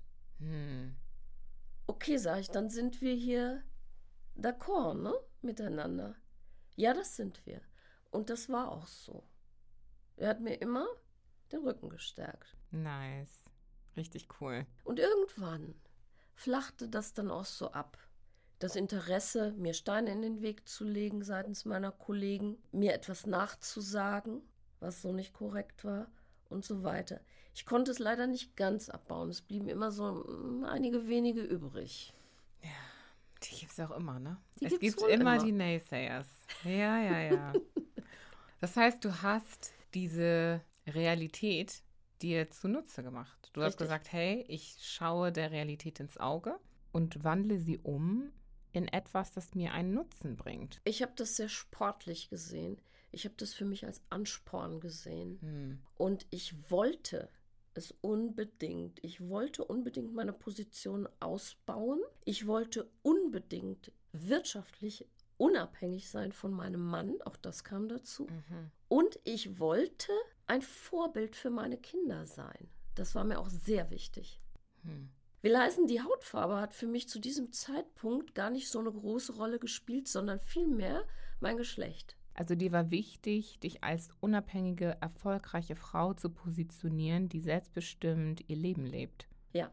Okay, sage ich, dann sind wir hier d'accord, ne, miteinander. Ja, das sind wir. Und das war auch so. Er hat mir immer den Rücken gestärkt. Nice. Richtig cool. Und irgendwann flachte das dann auch so ab. Das Interesse, mir Steine in den Weg zu legen seitens meiner Kollegen, mir etwas nachzusagen, was so nicht korrekt war und so weiter. Ich konnte es leider nicht ganz abbauen. Es blieben immer so einige wenige übrig. Ja, die gibt es auch immer, ne? Es gibt immer die Naysayers. Ja. Das heißt, du hast diese Realität dir zunutze gemacht. Du hast gesagt, hey, ich schaue der Realität ins Auge und wandle sie um in etwas, das mir einen Nutzen bringt. Ich habe das sehr sportlich gesehen. Ich habe das für mich als Ansporn gesehen. Und ich wollte es unbedingt. Ich wollte unbedingt meine Position ausbauen. Ich wollte unbedingt wirtschaftlich unabhängig sein von meinem Mann. Auch das kam dazu. Und ich wollte ein Vorbild für meine Kinder sein. Das war mir auch sehr wichtig. Will heißen, die Hautfarbe hat für mich zu diesem Zeitpunkt gar nicht so eine große Rolle gespielt, sondern vielmehr mein Geschlecht. Also dir war wichtig, dich als unabhängige, erfolgreiche Frau zu positionieren, die selbstbestimmt ihr Leben lebt. Ja.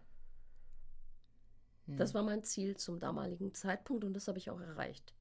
Das war mein Ziel zum damaligen Zeitpunkt und das habe ich auch erreicht.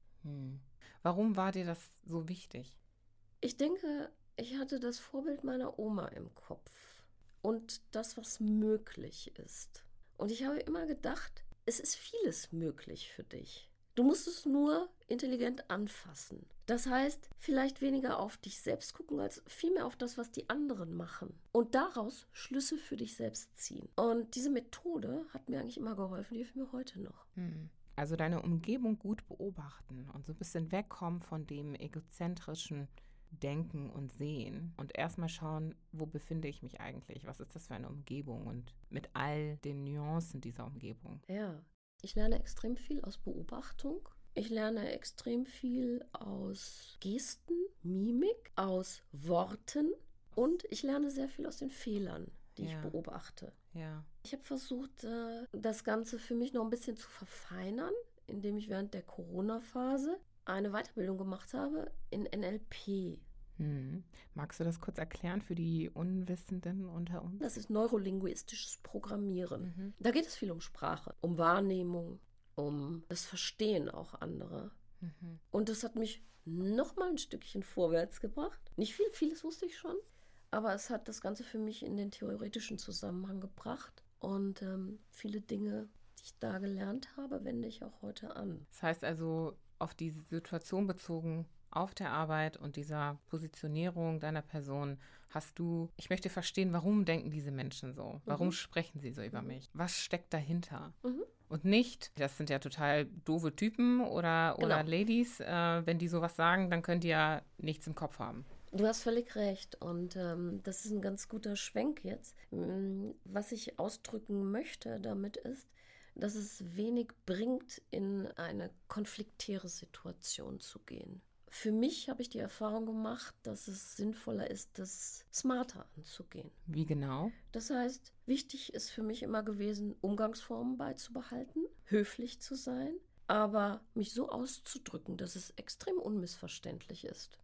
Warum war dir das so wichtig? Ich denke, ich hatte das Vorbild meiner Oma im Kopf und das, was möglich ist. Und ich habe immer gedacht, es ist vieles möglich für dich. Du musst es nur intelligent anfassen. Das heißt, vielleicht weniger auf dich selbst gucken, als vielmehr auf das, was die anderen machen. Und daraus Schlüsse für dich selbst ziehen. Und diese Methode hat mir eigentlich immer geholfen, die hilft mir heute noch. Also deine Umgebung gut beobachten und so ein bisschen wegkommen von dem egozentrischen Denken und Sehen und erstmal schauen, wo befinde ich mich eigentlich? Was ist das für eine Umgebung und mit all den Nuancen dieser Umgebung? Ja, ich lerne extrem viel aus Beobachtung. Ich lerne extrem viel aus Gesten, Mimik, aus Worten und ich lerne sehr viel aus den Fehlern, die ich beobachte. Ja. Ich habe versucht, das Ganze für mich noch ein bisschen zu verfeinern, indem ich während der Corona-Phase eine Weiterbildung gemacht habe in NLP. Magst du das kurz erklären für die Unwissenden unter uns? Das ist neurolinguistisches Programmieren. Da geht es viel um Sprache, um Wahrnehmung, um das Verstehen auch anderer. Und das hat mich noch mal ein Stückchen vorwärts gebracht. Nicht viel, vieles wusste ich schon, aber es hat das Ganze für mich in den theoretischen Zusammenhang gebracht. Und viele Dinge, die ich da gelernt habe, wende ich auch heute an. Das heißt also, auf diese Situation bezogen, auf der Arbeit und dieser Positionierung deiner Person hast du, ich möchte verstehen, warum denken diese Menschen so? Warum sprechen sie so über mich? Was steckt dahinter? Und nicht, das sind ja total doofe Typen oder Ladies, wenn die sowas sagen, dann könnt ihr ja nichts im Kopf haben. Du hast völlig recht und das ist ein ganz guter Schwenk jetzt. Was ich ausdrücken möchte damit ist, dass es wenig bringt, in eine konfliktäre Situation zu gehen. Für mich habe ich die Erfahrung gemacht, dass es sinnvoller ist, das smarter anzugehen. Wie genau? Das heißt, wichtig ist für mich immer gewesen, Umgangsformen beizubehalten, höflich zu sein, aber mich so auszudrücken, dass es extrem unmissverständlich ist.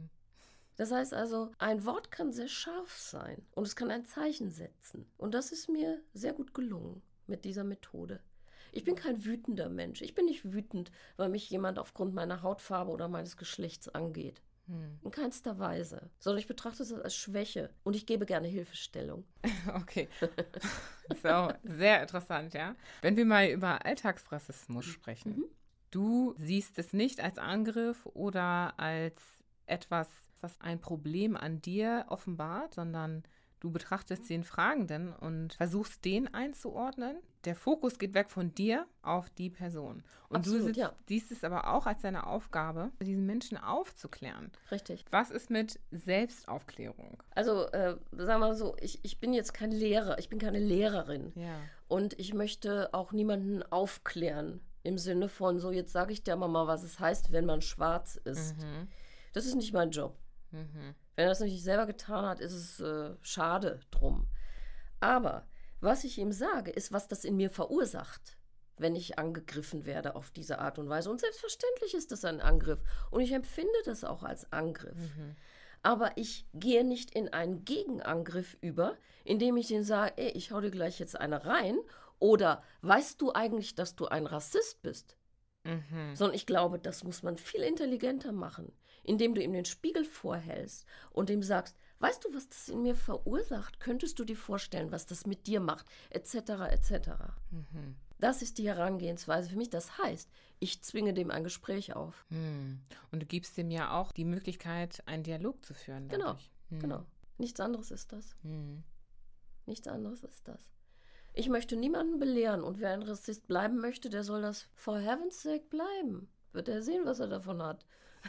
Das heißt also, ein Wort kann sehr scharf sein und es kann ein Zeichen setzen. Und das ist mir sehr gut gelungen mit dieser Methode. Ich bin kein wütender Mensch. Ich bin nicht wütend, weil mich jemand aufgrund meiner Hautfarbe oder meines Geschlechts angeht. In keinster Weise. Sondern ich betrachte es als Schwäche und ich gebe gerne Hilfestellung. Okay. So, sehr interessant, ja. Wenn wir mal über Alltagsrassismus sprechen. Du siehst es nicht als Angriff oder als etwas, was ein Problem an dir offenbart, sondern du betrachtest den Fragenden und versuchst, den einzuordnen. Der Fokus geht weg von dir auf die Person. Und Absolut, du siehst es aber auch als deine Aufgabe, diesen Menschen aufzuklären. Richtig. Was ist mit Selbstaufklärung? Also, sagen wir mal so, ich bin jetzt kein Lehrer, ich bin keine Lehrerin. Ja. Und ich möchte auch niemanden aufklären im Sinne von, so jetzt sage ich der Mama, was es heißt, wenn man schwarz ist. Das ist nicht mein Job. Wenn er das nicht selber getan hat, ist es schade drum. Aber was ich ihm sage, ist, was das in mir verursacht, wenn ich angegriffen werde auf diese Art und Weise. Und selbstverständlich ist das ein Angriff. Und ich empfinde das auch als Angriff. Aber ich gehe nicht in einen Gegenangriff über, indem ich denen sage, ey, ich hau dir gleich jetzt eine rein. Oder weißt du eigentlich, dass du ein Rassist bist? Sondern ich glaube, das muss man viel intelligenter machen, indem du ihm den Spiegel vorhältst und ihm sagst, weißt du, was das in mir verursacht? Könntest du dir vorstellen, was das mit dir macht? Etc., etc. Das ist die Herangehensweise für mich. Das heißt, ich zwinge dem ein Gespräch auf. Und du gibst dem ja auch die Möglichkeit, einen Dialog zu führen. Dadurch. Genau. Nichts anderes ist das. Nichts anderes ist das. Ich möchte niemanden belehren und wer ein Rassist bleiben möchte, der soll das for heaven's sake bleiben. Wird er sehen, was er davon hat.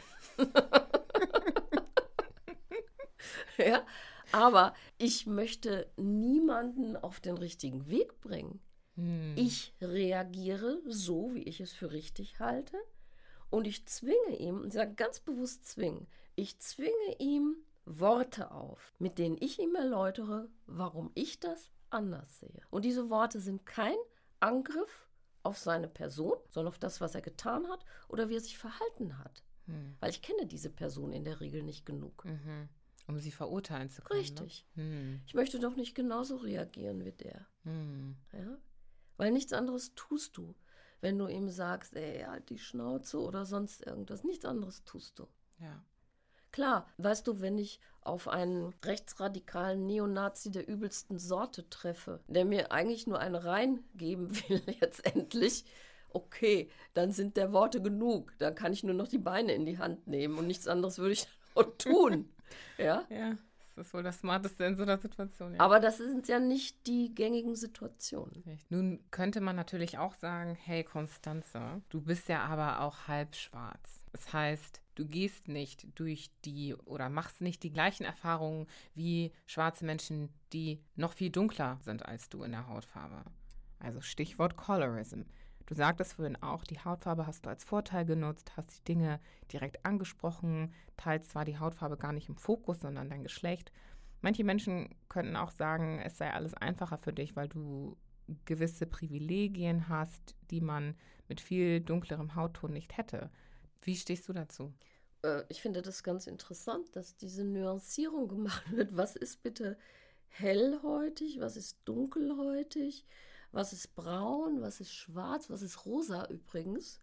Ja, aber ich möchte niemanden auf den richtigen Weg bringen. Ich reagiere so, wie ich es für richtig halte und ich zwinge ihm, ich sage ganz bewusst zwingen, ich zwinge ihm Worte auf, mit denen ich ihm erläutere, warum ich das anders sehe. Und diese Worte sind kein Angriff auf seine Person, sondern auf das, was er getan hat oder wie er sich verhalten hat. Weil ich kenne diese Person in der Regel nicht genug. Um sie verurteilen zu können. Richtig. Ich möchte doch nicht genauso reagieren wie der. Ja? Weil nichts anderes tust du, wenn du ihm sagst, ey, halt die Schnauze oder sonst irgendwas. Nichts anderes tust du. Ja. Klar, weißt du, wenn ich auf einen rechtsradikalen Neonazi der übelsten Sorte treffe, der mir eigentlich nur einen reingeben will jetzt endlich, okay, dann sind der Worte genug. Dann kann ich nur noch die Beine in die Hand nehmen und nichts anderes würde ich auch tun. Ja? Ja, das ist wohl das Smarteste in so einer Situation. Ja. Aber das sind ja nicht die gängigen Situationen. Nun könnte man natürlich auch sagen, hey Constanze, du bist ja aber auch halb schwarz. Das heißt, du gehst nicht durch die oder machst nicht die gleichen Erfahrungen wie schwarze Menschen, die noch viel dunkler sind als du in der Hautfarbe. Also Stichwort Colorism. Du sagtest vorhin auch, die Hautfarbe hast du als Vorteil genutzt, hast die Dinge direkt angesprochen, teilst zwar die Hautfarbe gar nicht im Fokus, sondern dein Geschlecht. Manche Menschen könnten auch sagen, es sei alles einfacher für dich, weil du gewisse Privilegien hast, die man mit viel dunklerem Hautton nicht hätte. Wie stehst du dazu? Ich finde das ganz interessant, dass diese Nuancierung gemacht wird. Was ist bitte hellhäutig, was ist dunkelhäutig? Was ist braun, was ist schwarz, was ist rosa übrigens?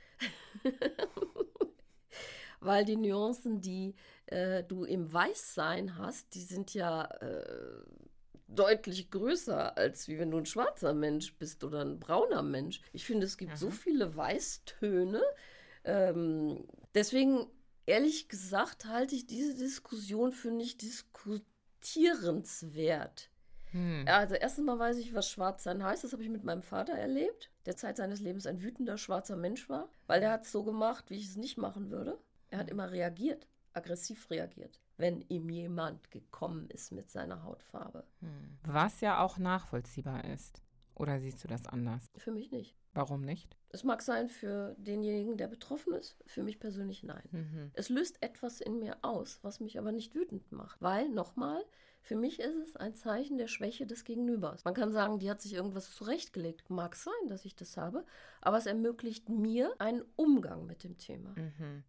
Weil die Nuancen, die du im Weißsein hast, die sind ja deutlich größer, als wie wenn du ein schwarzer Mensch bist oder ein brauner Mensch. Ich finde, es gibt so viele Weißtöne. Deswegen, ehrlich gesagt, halte ich diese Diskussion für nicht diskutierenswert. Ja, also erstens mal weiß ich, was schwarz sein heißt. Das habe ich mit meinem Vater erlebt, der Zeit seines Lebens ein wütender schwarzer Mensch war, weil der hat es so gemacht, wie ich es nicht machen würde. Er hat immer reagiert, aggressiv reagiert, wenn ihm jemand gekommen ist mit seiner Hautfarbe. Was ja auch nachvollziehbar ist. Oder siehst du das anders? Für mich nicht. Warum nicht? Es mag sein für denjenigen, der betroffen ist, für mich persönlich nein. Es löst etwas in mir aus, was mich aber nicht wütend macht. Weil, nochmal, für mich ist es ein Zeichen der Schwäche des Gegenübers. Man kann sagen, die hat sich irgendwas zurechtgelegt. Mag sein, dass ich das habe, aber es ermöglicht mir einen Umgang mit dem Thema. Und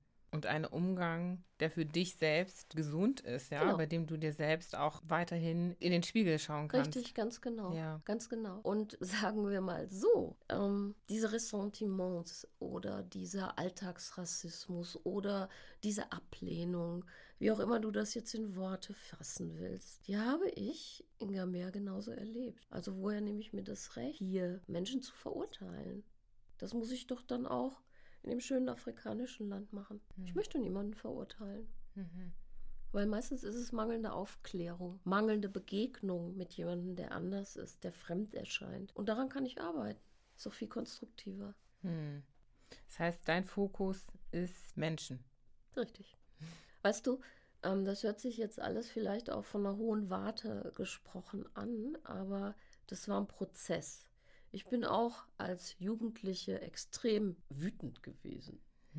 und einen Umgang, der für dich selbst gesund ist, ja, Genau. bei dem du dir selbst auch weiterhin in den Spiegel schauen kannst. Richtig, ganz genau. Ja. Ganz genau. Und sagen wir mal so, diese Ressentiments oder dieser Alltagsrassismus oder diese Ablehnung, wie auch immer du das jetzt in Worte fassen willst, die habe ich in Gambier genauso erlebt. Also woher nehme ich mir das Recht, hier Menschen zu verurteilen? Das muss ich doch dann auch in dem schönen afrikanischen Land machen. Ich möchte niemanden verurteilen. Weil meistens ist es mangelnde Aufklärung, mangelnde Begegnung mit jemandem, der anders ist, der fremd erscheint. Und daran kann ich arbeiten. Ist doch viel konstruktiver. Das heißt, dein Fokus ist Menschen. Richtig. Weißt du, das hört sich jetzt alles vielleicht auch von einer hohen Warte gesprochen an, aber das war ein Prozess. Ich bin auch als Jugendliche extrem wütend gewesen.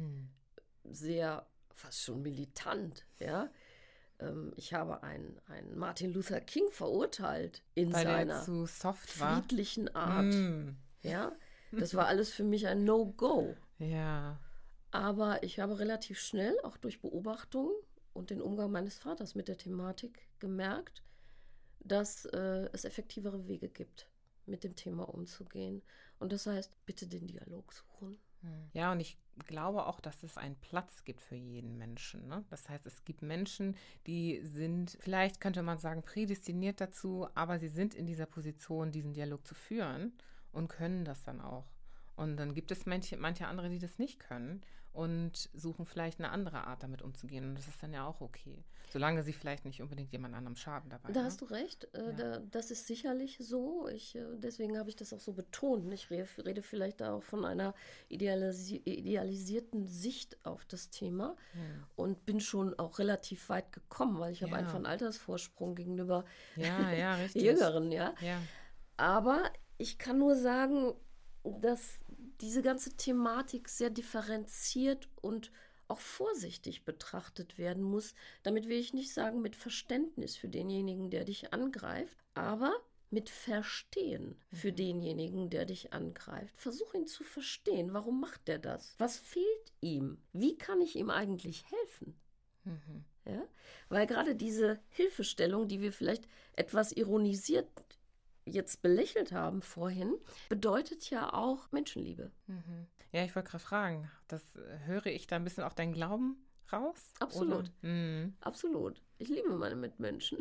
Sehr, fast schon militant, ja. Ich habe einen Martin Luther King verurteilt in Weil der seiner zu soft war. friedlichen Art. Ja, das war alles für mich ein No-Go. Ja. Aber ich habe relativ schnell, auch durch Beobachtungen und den Umgang meines Vaters mit der Thematik, gemerkt, dass es effektivere Wege gibt, mit dem Thema umzugehen. Und das heißt, bitte den Dialog suchen. Ja, und ich glaube auch, dass es einen Platz gibt für jeden Menschen. Ne? Das heißt, es gibt Menschen, die sind, vielleicht könnte man sagen, prädestiniert dazu, aber sie sind in dieser Position, diesen Dialog zu führen und können das dann auch. Und dann gibt es manche andere, die das nicht können und suchen vielleicht eine andere Art, damit umzugehen. Und das ist dann ja auch okay. Solange sie vielleicht nicht unbedingt jemand anderem schaden dabei. Da hast du recht. Das ist sicherlich so. Deswegen habe ich das auch so betont. Ich rede vielleicht da auch von einer idealisierten Sicht auf das Thema und bin schon auch relativ weit gekommen, weil ich habe einfach einen Altersvorsprung gegenüber richtig. Jüngeren. Ja. Ja. Aber ich kann nur sagen, dass diese ganze Thematik sehr differenziert und auch vorsichtig betrachtet werden muss. Damit will ich nicht sagen mit Verständnis für denjenigen, der dich angreift, aber mit Verstehen für denjenigen, der dich angreift. Versuch ihn zu verstehen. Warum macht er das? Was fehlt ihm? Wie kann ich ihm eigentlich helfen? Ja? Weil gerade diese Hilfestellung, die wir vielleicht etwas ironisiert jetzt belächelt haben vorhin, bedeutet ja auch Menschenliebe. Ja, ich wollte gerade fragen, höre ich da ein bisschen auch deinen Glauben raus? Absolut. Absolut. Ich liebe meine Mitmenschen.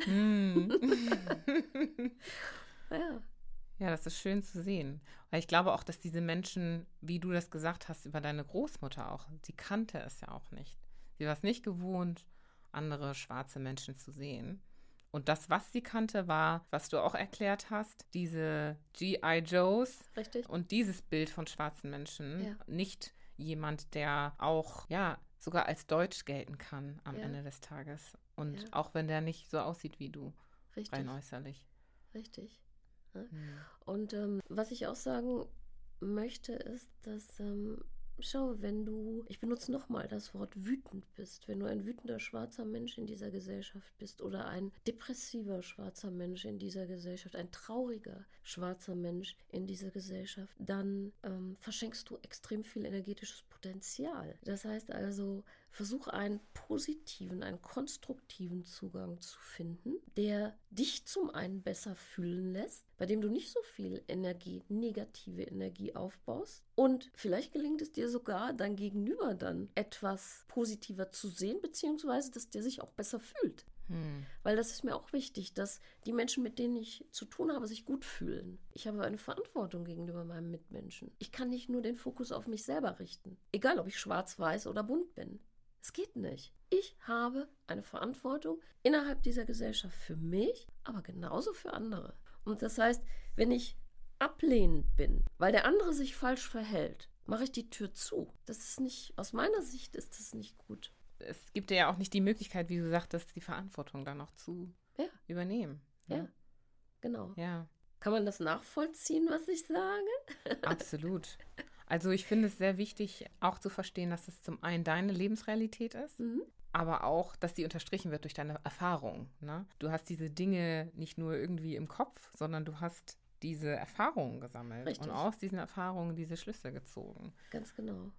Ja. Ja, das ist schön zu sehen. Weil ich glaube auch, dass diese Menschen, wie du das gesagt hast, über deine Großmutter auch, sie kannte es ja auch nicht. Sie war es nicht gewohnt, andere schwarze Menschen zu sehen. Und das, was sie kannte, war, was du auch erklärt hast, diese G.I. Joes. Richtig. Und dieses Bild von schwarzen Menschen. Ja. Nicht jemand, der auch, sogar als deutsch gelten kann am Ende des Tages. Und auch wenn der nicht so aussieht wie du, rein äußerlich. Richtig. Ja. Und was ich auch sagen möchte, ist, dass schau, ich benutze nochmal das Wort wütend bist, wenn du ein wütender schwarzer Mensch in dieser Gesellschaft bist oder ein depressiver schwarzer Mensch in dieser Gesellschaft, ein trauriger schwarzer Mensch in dieser Gesellschaft, dann verschenkst du extrem viel energetisches Potenzial. Das heißt also, versuch einen positiven, einen konstruktiven Zugang zu finden, der dich zum einen besser fühlen lässt, bei dem du nicht so viel negative Energie aufbaust. Und vielleicht gelingt es dir sogar, dein Gegenüber dann etwas positiver zu sehen, beziehungsweise, dass der sich auch besser fühlt. Weil das ist mir auch wichtig, dass die Menschen, mit denen ich zu tun habe, sich gut fühlen. Ich habe eine Verantwortung gegenüber meinem Mitmenschen. Ich kann nicht nur den Fokus auf mich selber richten. Egal, ob ich schwarz, weiß oder bunt bin. Es geht nicht. Ich habe eine Verantwortung innerhalb dieser Gesellschaft für mich, aber genauso für andere. Und das heißt, wenn ich ablehnend bin, weil der andere sich falsch verhält, mache ich die Tür zu. Das ist nicht, aus meiner Sicht ist das nicht gut. Es gibt dir ja auch nicht die Möglichkeit, wie du sagtest, die Verantwortung dann noch zu übernehmen. Ja, genau. Ja. Kann man das nachvollziehen, was ich sage? Absolut. Also ich finde es sehr wichtig, auch zu verstehen, dass es zum einen deine Lebensrealität ist, aber auch, dass die unterstrichen wird durch deine Erfahrung. Ne? Du hast diese Dinge nicht nur irgendwie im Kopf, sondern du hast diese Erfahrungen gesammelt. Richtig. Und aus diesen Erfahrungen diese Schlüsse gezogen. Ganz genau.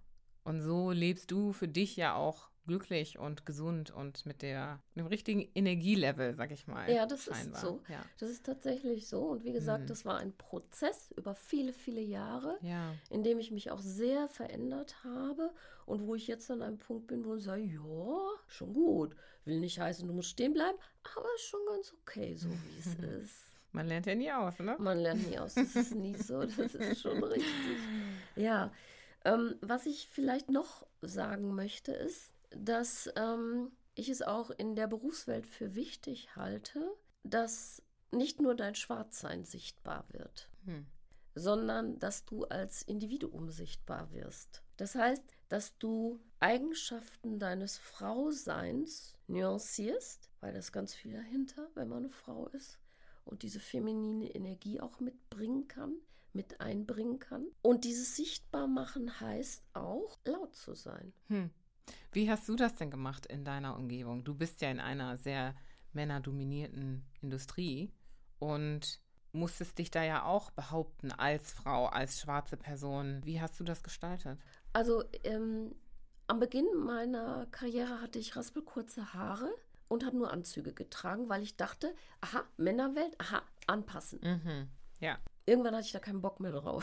Und so lebst du für dich ja auch glücklich und gesund und mit dem richtigen Energielevel, sag ich mal. Ja, das scheinbar. ist so. Ja. Das ist tatsächlich so. Und wie gesagt, das war ein Prozess über viele, viele Jahre, in dem ich mich auch sehr verändert habe und wo ich jetzt an einem Punkt bin, wo ich sage, ja, schon gut. Will nicht heißen, du musst stehen bleiben, aber ist schon ganz okay, so wie es ist. Man lernt ja nie aus, ne? Man lernt nie aus, das ist nie so, das ist schon richtig. Ja, was ich vielleicht noch sagen möchte, ist, dass ich es auch in der Berufswelt für wichtig halte, dass nicht nur dein Schwarzsein sichtbar wird, sondern dass du als Individuum sichtbar wirst. Das heißt, dass du Eigenschaften deines Frauseins nuancierst, weil da ist ganz viel dahinter, wenn man eine Frau ist und diese feminine Energie auch mitbringen kann, mit einbringen kann. Und dieses Sichtbarmachen heißt auch, laut zu sein. Wie hast du das denn gemacht in deiner Umgebung? Du bist ja in einer sehr männerdominierten Industrie und musstest dich da ja auch behaupten als Frau, als schwarze Person. Wie hast du das gestaltet? Also am Beginn meiner Karriere hatte ich raspelkurze Haare und habe nur Anzüge getragen, weil ich dachte, aha, Männerwelt, aha, anpassen. Ja. Irgendwann hatte ich da keinen Bock mehr drauf.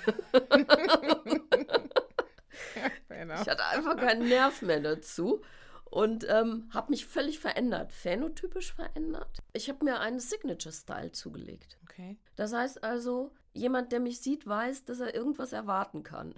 Ich hatte einfach keinen Nerv mehr dazu und habe mich völlig verändert, phänotypisch verändert. Ich habe mir einen Signature-Style zugelegt. Okay. Das heißt also, jemand, der mich sieht, weiß, dass er irgendwas erwarten kann.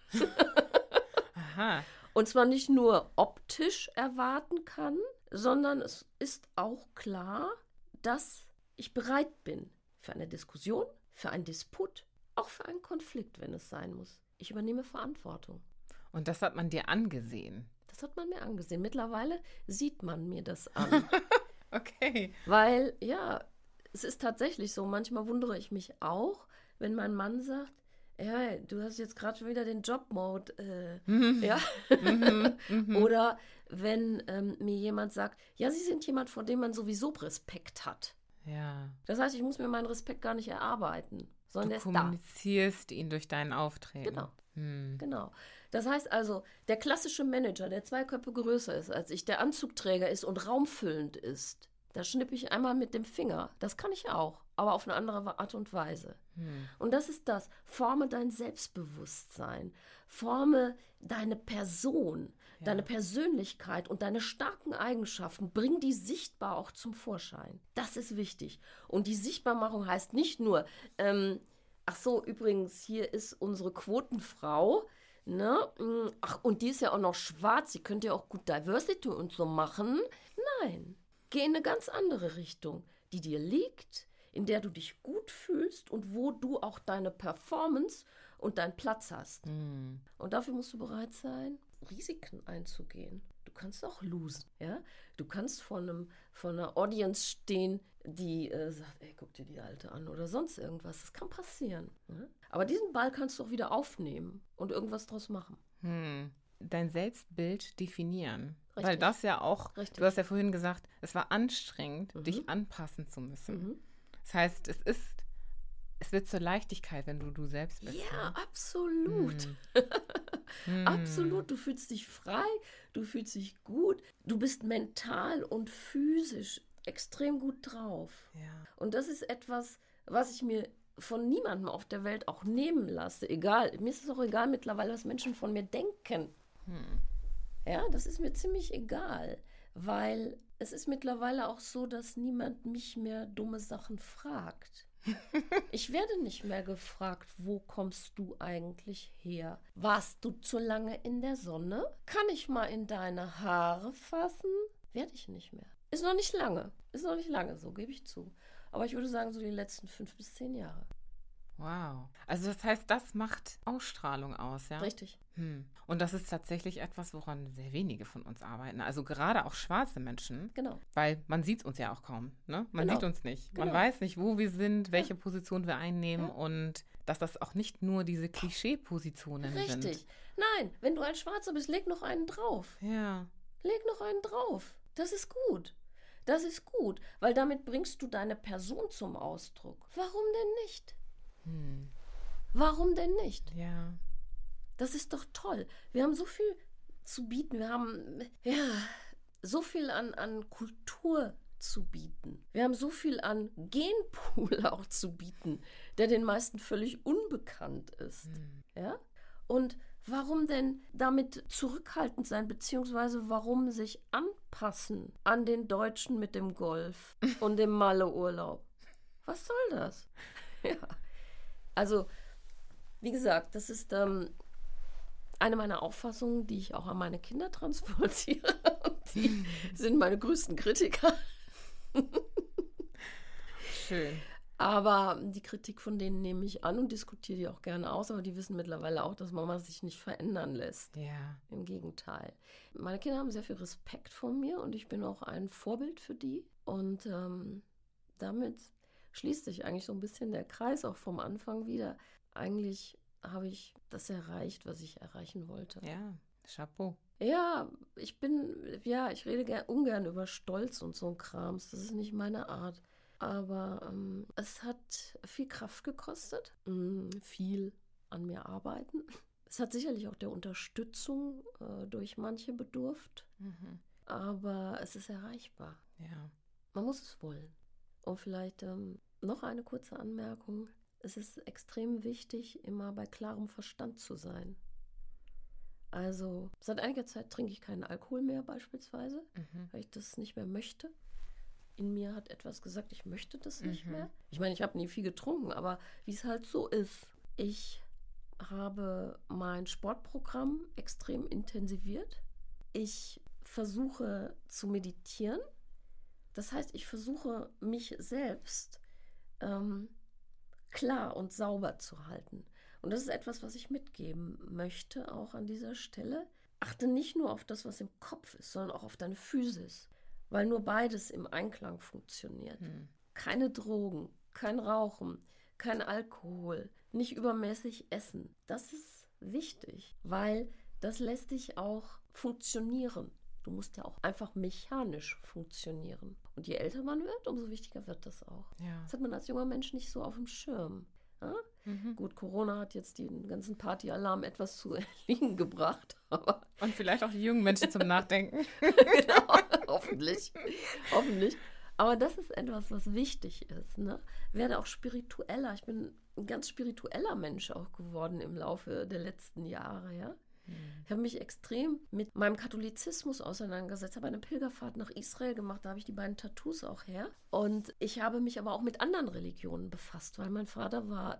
Aha. Und zwar nicht nur optisch erwarten kann, sondern es ist auch klar, dass ich bereit bin für eine Diskussion, für einen Disput, auch für einen Konflikt, wenn es sein muss. Ich übernehme Verantwortung. Und das hat man dir angesehen? Das hat man mir angesehen. Mittlerweile sieht man mir das an. Okay. Weil, ja, es ist tatsächlich so, manchmal wundere ich mich auch, wenn mein Mann sagt, ja, du hast jetzt gerade schon wieder den Job-Mode, ja. Oder wenn mir jemand sagt, ja, Sie sind jemand, vor dem man sowieso Respekt hat. Ja. Das heißt, ich muss mir meinen Respekt gar nicht erarbeiten, sondern der ist da. Du kommunizierst ihn durch dein Auftreten. Genau. Genau. Das heißt also, der klassische Manager, der 2 Köpfe größer ist als ich, der Anzugträger ist und raumfüllend ist, da schnippe ich einmal mit dem Finger. Das kann ich auch, aber auf eine andere Art und Weise. Und das ist das. Forme dein Selbstbewusstsein. Forme deine Person, deine Persönlichkeit und deine starken Eigenschaften. Bring die sichtbar auch zum Vorschein. Das ist wichtig. Und die Sichtbarmachung heißt nicht nur, ach so, übrigens, hier ist unsere Quotenfrau, ne? Ach, und die ist ja auch noch schwarz, sie könnte ja auch gut Diversity und so machen. Nein, geh in eine ganz andere Richtung, die dir liegt, in der du dich gut fühlst und wo du auch deine Performance und deinen Platz hast. Und dafür musst du bereit sein, Risiken einzugehen. Du kannst auch losen, ja? Du kannst vor einer Audience stehen, die sagt, ey, guck dir die Alte an oder sonst irgendwas. Das kann passieren. Ne? Aber diesen Ball kannst du auch wieder aufnehmen und irgendwas draus machen. Dein Selbstbild definieren. Richtig. Weil das ja auch, Richtig. du hast ja vorhin gesagt, es war anstrengend, dich anpassen zu müssen. Das heißt, es wird zur Leichtigkeit, wenn du selbst bist. Ja, absolut. Absolut. Du fühlst dich frei, du fühlst dich gut, du bist mental und physisch extrem gut drauf. Ja. Und das ist etwas, was ich mir von niemandem auf der Welt auch nehmen lasse. Egal, mir ist es auch egal mittlerweile, was Menschen von mir denken. Ja, das ist mir ziemlich egal, weil es ist mittlerweile auch so, dass niemand mich mehr dumme Sachen fragt. Ich werde nicht mehr gefragt, wo kommst du eigentlich her? Warst du zu lange in der Sonne? Kann ich mal in deine Haare fassen? Werde ich nicht mehr. Ist noch nicht lange, so gebe ich zu. Aber ich würde sagen, so die letzten 5 bis 10 Jahre. Wow. Also das heißt, das macht Ausstrahlung aus, ja? Richtig. Und das ist tatsächlich etwas, woran sehr wenige von uns arbeiten. Also gerade auch schwarze Menschen. Genau. Weil man sieht uns ja auch kaum. Ne? Man Genau. sieht uns nicht. Genau. Man weiß nicht, wo wir sind, welche Position wir einnehmen und dass das auch nicht nur diese Klischee-Positionen sind. Richtig. Nein, wenn du ein Schwarzer bist, leg noch einen drauf. Ja. Leg noch einen drauf. Das ist gut. Das ist gut, weil damit bringst du deine Person zum Ausdruck. Warum denn nicht? Warum denn nicht? Ja. Das ist doch toll. Wir haben so viel zu bieten. Wir haben so viel an Kultur zu bieten. Wir haben so viel an Genpool auch zu bieten, der den meisten völlig unbekannt ist. Ja? Und warum denn damit zurückhaltend sein, beziehungsweise warum sich anpassen an den Deutschen mit dem Golf und dem Malle-Urlaub? Was soll das? Ja. Also, wie gesagt, das ist eine meiner Auffassungen, die ich auch an meine Kinder transportiere. Die sind meine größten Kritiker. Schön. Aber die Kritik von denen nehme ich an und diskutiere die auch gerne aus. Aber die wissen mittlerweile auch, dass Mama sich nicht verändern lässt. Ja. Im Gegenteil. Meine Kinder haben sehr viel Respekt vor mir und ich bin auch ein Vorbild für die. Und damit schließt sich eigentlich so ein bisschen der Kreis auch vom Anfang wieder. Eigentlich habe ich das erreicht, was ich erreichen wollte. Ja, Chapeau. Ja, ich rede ungern über Stolz und so ein Krams. Das ist nicht meine Art. Aber es hat viel Kraft gekostet, viel an mir arbeiten. Es hat sicherlich auch der Unterstützung durch manche bedurft. Aber es ist erreichbar. Ja. Man muss es wollen. Und vielleicht noch eine kurze Anmerkung. Es ist extrem wichtig, immer bei klarem Verstand zu sein. Also seit einiger Zeit trinke ich keinen Alkohol mehr beispielsweise, weil ich das nicht mehr möchte. In mir hat etwas gesagt, ich möchte das nicht mehr. Ich meine, ich habe nie viel getrunken, aber wie es halt so ist. Ich habe mein Sportprogramm extrem intensiviert. Ich versuche zu meditieren. Das heißt, ich versuche mich selbst klar und sauber zu halten. Und das ist etwas, was ich mitgeben möchte, auch an dieser Stelle. Achte nicht nur auf das, was im Kopf ist, sondern auch auf deine Physis, weil nur beides im Einklang funktioniert. Keine Drogen, kein Rauchen, kein Alkohol, nicht übermäßig essen. Das ist wichtig, weil das lässt dich auch funktionieren. Du musst ja auch einfach mechanisch funktionieren. Und je älter man wird, umso wichtiger wird das auch. Ja. Das hat man als junger Mensch nicht so auf dem Schirm. Ja? Gut, Corona hat jetzt den ganzen Partyalarm etwas zu erliegen gebracht. Aber Und vielleicht auch die jungen Menschen zum Nachdenken. genau, hoffentlich. Aber das ist etwas, was wichtig ist. Ne? Werde auch spiritueller. Ich bin ein ganz spiritueller Mensch auch geworden im Laufe der letzten Jahre. Ja? Ich habe mich extrem mit meinem Katholizismus auseinandergesetzt, habe eine Pilgerfahrt nach Israel gemacht, da habe ich die beiden Tattoos auch her. Und ich habe mich aber auch mit anderen Religionen befasst, weil mein Vater war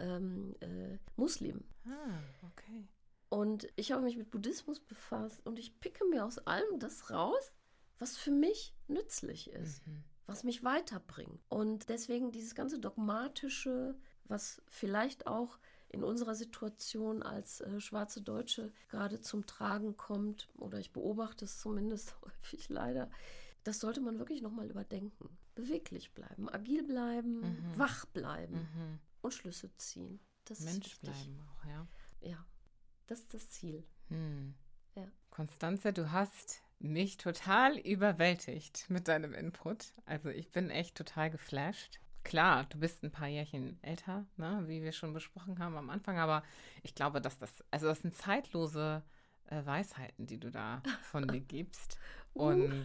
Muslim. Okay. Und ich habe mich mit Buddhismus befasst und ich picke mir aus allem das raus, was für mich nützlich ist, was mich weiterbringt. Und deswegen dieses ganze Dogmatische, was vielleicht auch in unserer Situation als schwarze Deutsche gerade zum Tragen kommt, oder ich beobachte es zumindest häufig leider, das sollte man wirklich nochmal überdenken. Beweglich bleiben, agil bleiben, wach bleiben und Schlüsse ziehen. Das Mensch ist wichtig. bleiben auch, ja. Ja, das ist das Ziel. Ja. Constanze, du hast mich total überwältigt mit deinem Input. Also ich bin echt total geflasht. Klar, du bist ein paar Jährchen älter, ne, wie wir schon besprochen haben am Anfang, aber ich glaube, dass das sind zeitlose Weisheiten, die du da von dir gibst. Und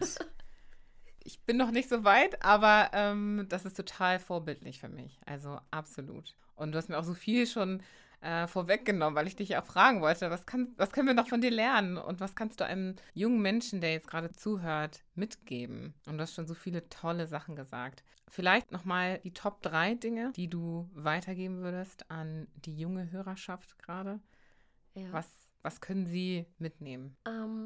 ich bin noch nicht so weit, aber das ist total vorbildlich für mich. Also absolut. Und du hast mir auch so viel schon vorweggenommen, weil ich dich auch fragen wollte, was können wir noch von dir lernen und was kannst du einem jungen Menschen, der jetzt gerade zuhört, mitgeben? Und du hast schon so viele tolle Sachen gesagt. Vielleicht nochmal die Top 3 Dinge, die du weitergeben würdest an die junge Hörerschaft gerade. Ja. Was können sie mitnehmen?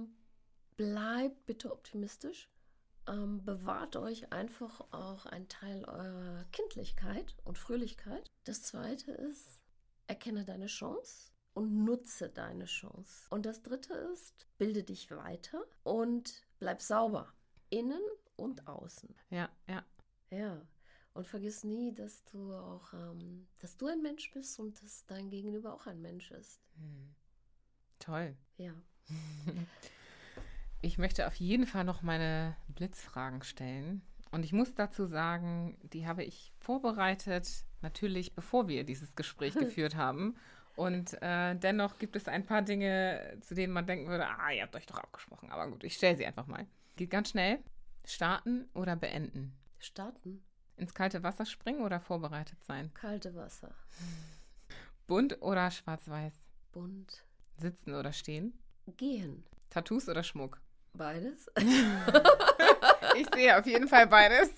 Bleibt bitte optimistisch. Bewahrt euch einfach auch einen Teil eurer Kindlichkeit und Fröhlichkeit. Das Zweite ist, erkenne deine Chance und nutze deine Chance. Und das Dritte ist, bilde dich weiter und bleib sauber, innen und außen. Ja. Ja, und vergiss nie, dass du auch, dass du ein Mensch bist und dass dein Gegenüber auch ein Mensch ist. Toll. Ja. Ich möchte auf jeden Fall noch meine Blitzfragen stellen. Und ich muss dazu sagen, die habe ich vorbereitet, natürlich bevor wir dieses Gespräch geführt haben. Und dennoch gibt es ein paar Dinge, zu denen man denken würde, ihr habt euch doch abgesprochen. Aber gut, ich stelle sie einfach mal. Geht ganz schnell. Starten oder beenden? Starten. Ins kalte Wasser springen oder vorbereitet sein? Kalte Wasser. Bunt oder schwarz-weiß? Bunt. Sitzen oder stehen? Gehen. Tattoos oder Schmuck? Beides. Ich sehe auf jeden Fall beides.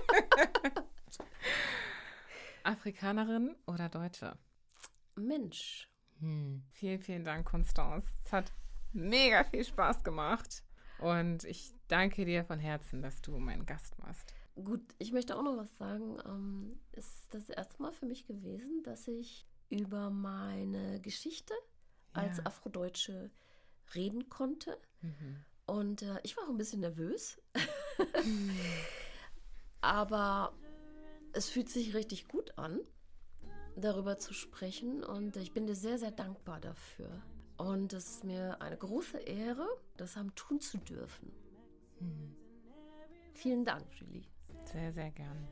Afrikanerin oder Deutsche? Mensch. Vielen, vielen Dank, Constance. Es hat mega viel Spaß gemacht. Und ich danke dir von Herzen, dass du mein Gast warst. Gut, ich möchte auch noch was sagen. Ist das erste Mal für mich gewesen, dass ich über meine Geschichte als Afrodeutsche reden konnte. Und ich war auch ein bisschen nervös. Aber es fühlt sich richtig gut an, darüber zu sprechen. Und ich bin dir sehr, sehr dankbar dafür. Und es ist mir eine große Ehre, das haben tun zu dürfen. Vielen Dank, Julie. Sehr, sehr gern.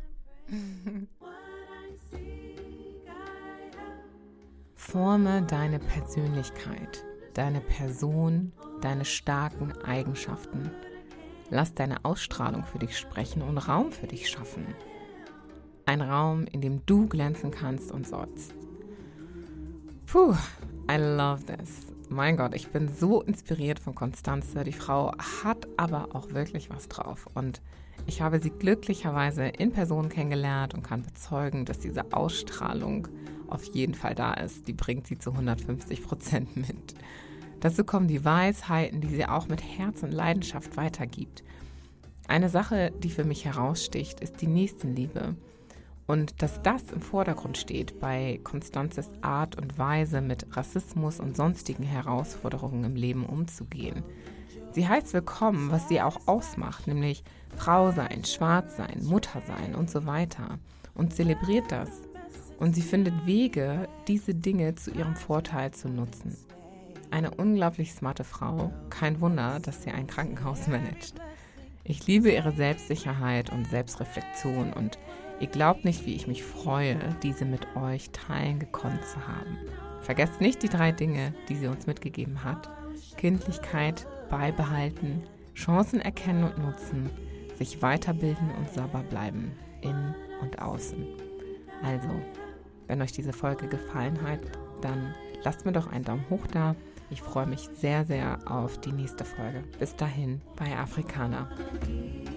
Forme deine Persönlichkeit, deine Person, deine starken Eigenschaften. Lass deine Ausstrahlung für dich sprechen und Raum für dich schaffen. Ein Raum, in dem du glänzen kannst und sollst. Puh, I love this. Mein Gott, ich bin so inspiriert von Constanze. Die Frau hat aber auch wirklich was drauf. Und ich habe sie glücklicherweise in Person kennengelernt und kann bezeugen, dass diese Ausstrahlung auf jeden Fall da ist. Die bringt sie zu 150% mit. Dazu kommen die Weisheiten, die sie auch mit Herz und Leidenschaft weitergibt. Eine Sache, die für mich heraussticht, ist die Nächstenliebe. Und dass das im Vordergrund steht bei Constanzes Art und Weise, mit Rassismus und sonstigen Herausforderungen im Leben umzugehen. Sie heißt willkommen, was sie auch ausmacht, nämlich Frau sein, schwarz sein, Mutter sein und so weiter. Und zelebriert das. Und sie findet Wege, diese Dinge zu ihrem Vorteil zu nutzen. Eine unglaublich smarte Frau. Kein Wunder, dass sie ein Krankenhaus managt. Ich liebe ihre Selbstsicherheit und Selbstreflexion und ihr glaubt nicht, wie ich mich freue, diese mit euch teilen gekonnt zu haben. Vergesst nicht die 3 Dinge, die sie uns mitgegeben hat. Kindlichkeit beibehalten, Chancen erkennen und nutzen, sich weiterbilden und sauber bleiben, innen und außen. Also, wenn euch diese Folge gefallen hat, dann lasst mir doch einen Daumen hoch da. Ich freue mich sehr, sehr auf die nächste Folge. Bis dahin bei Afrikaner.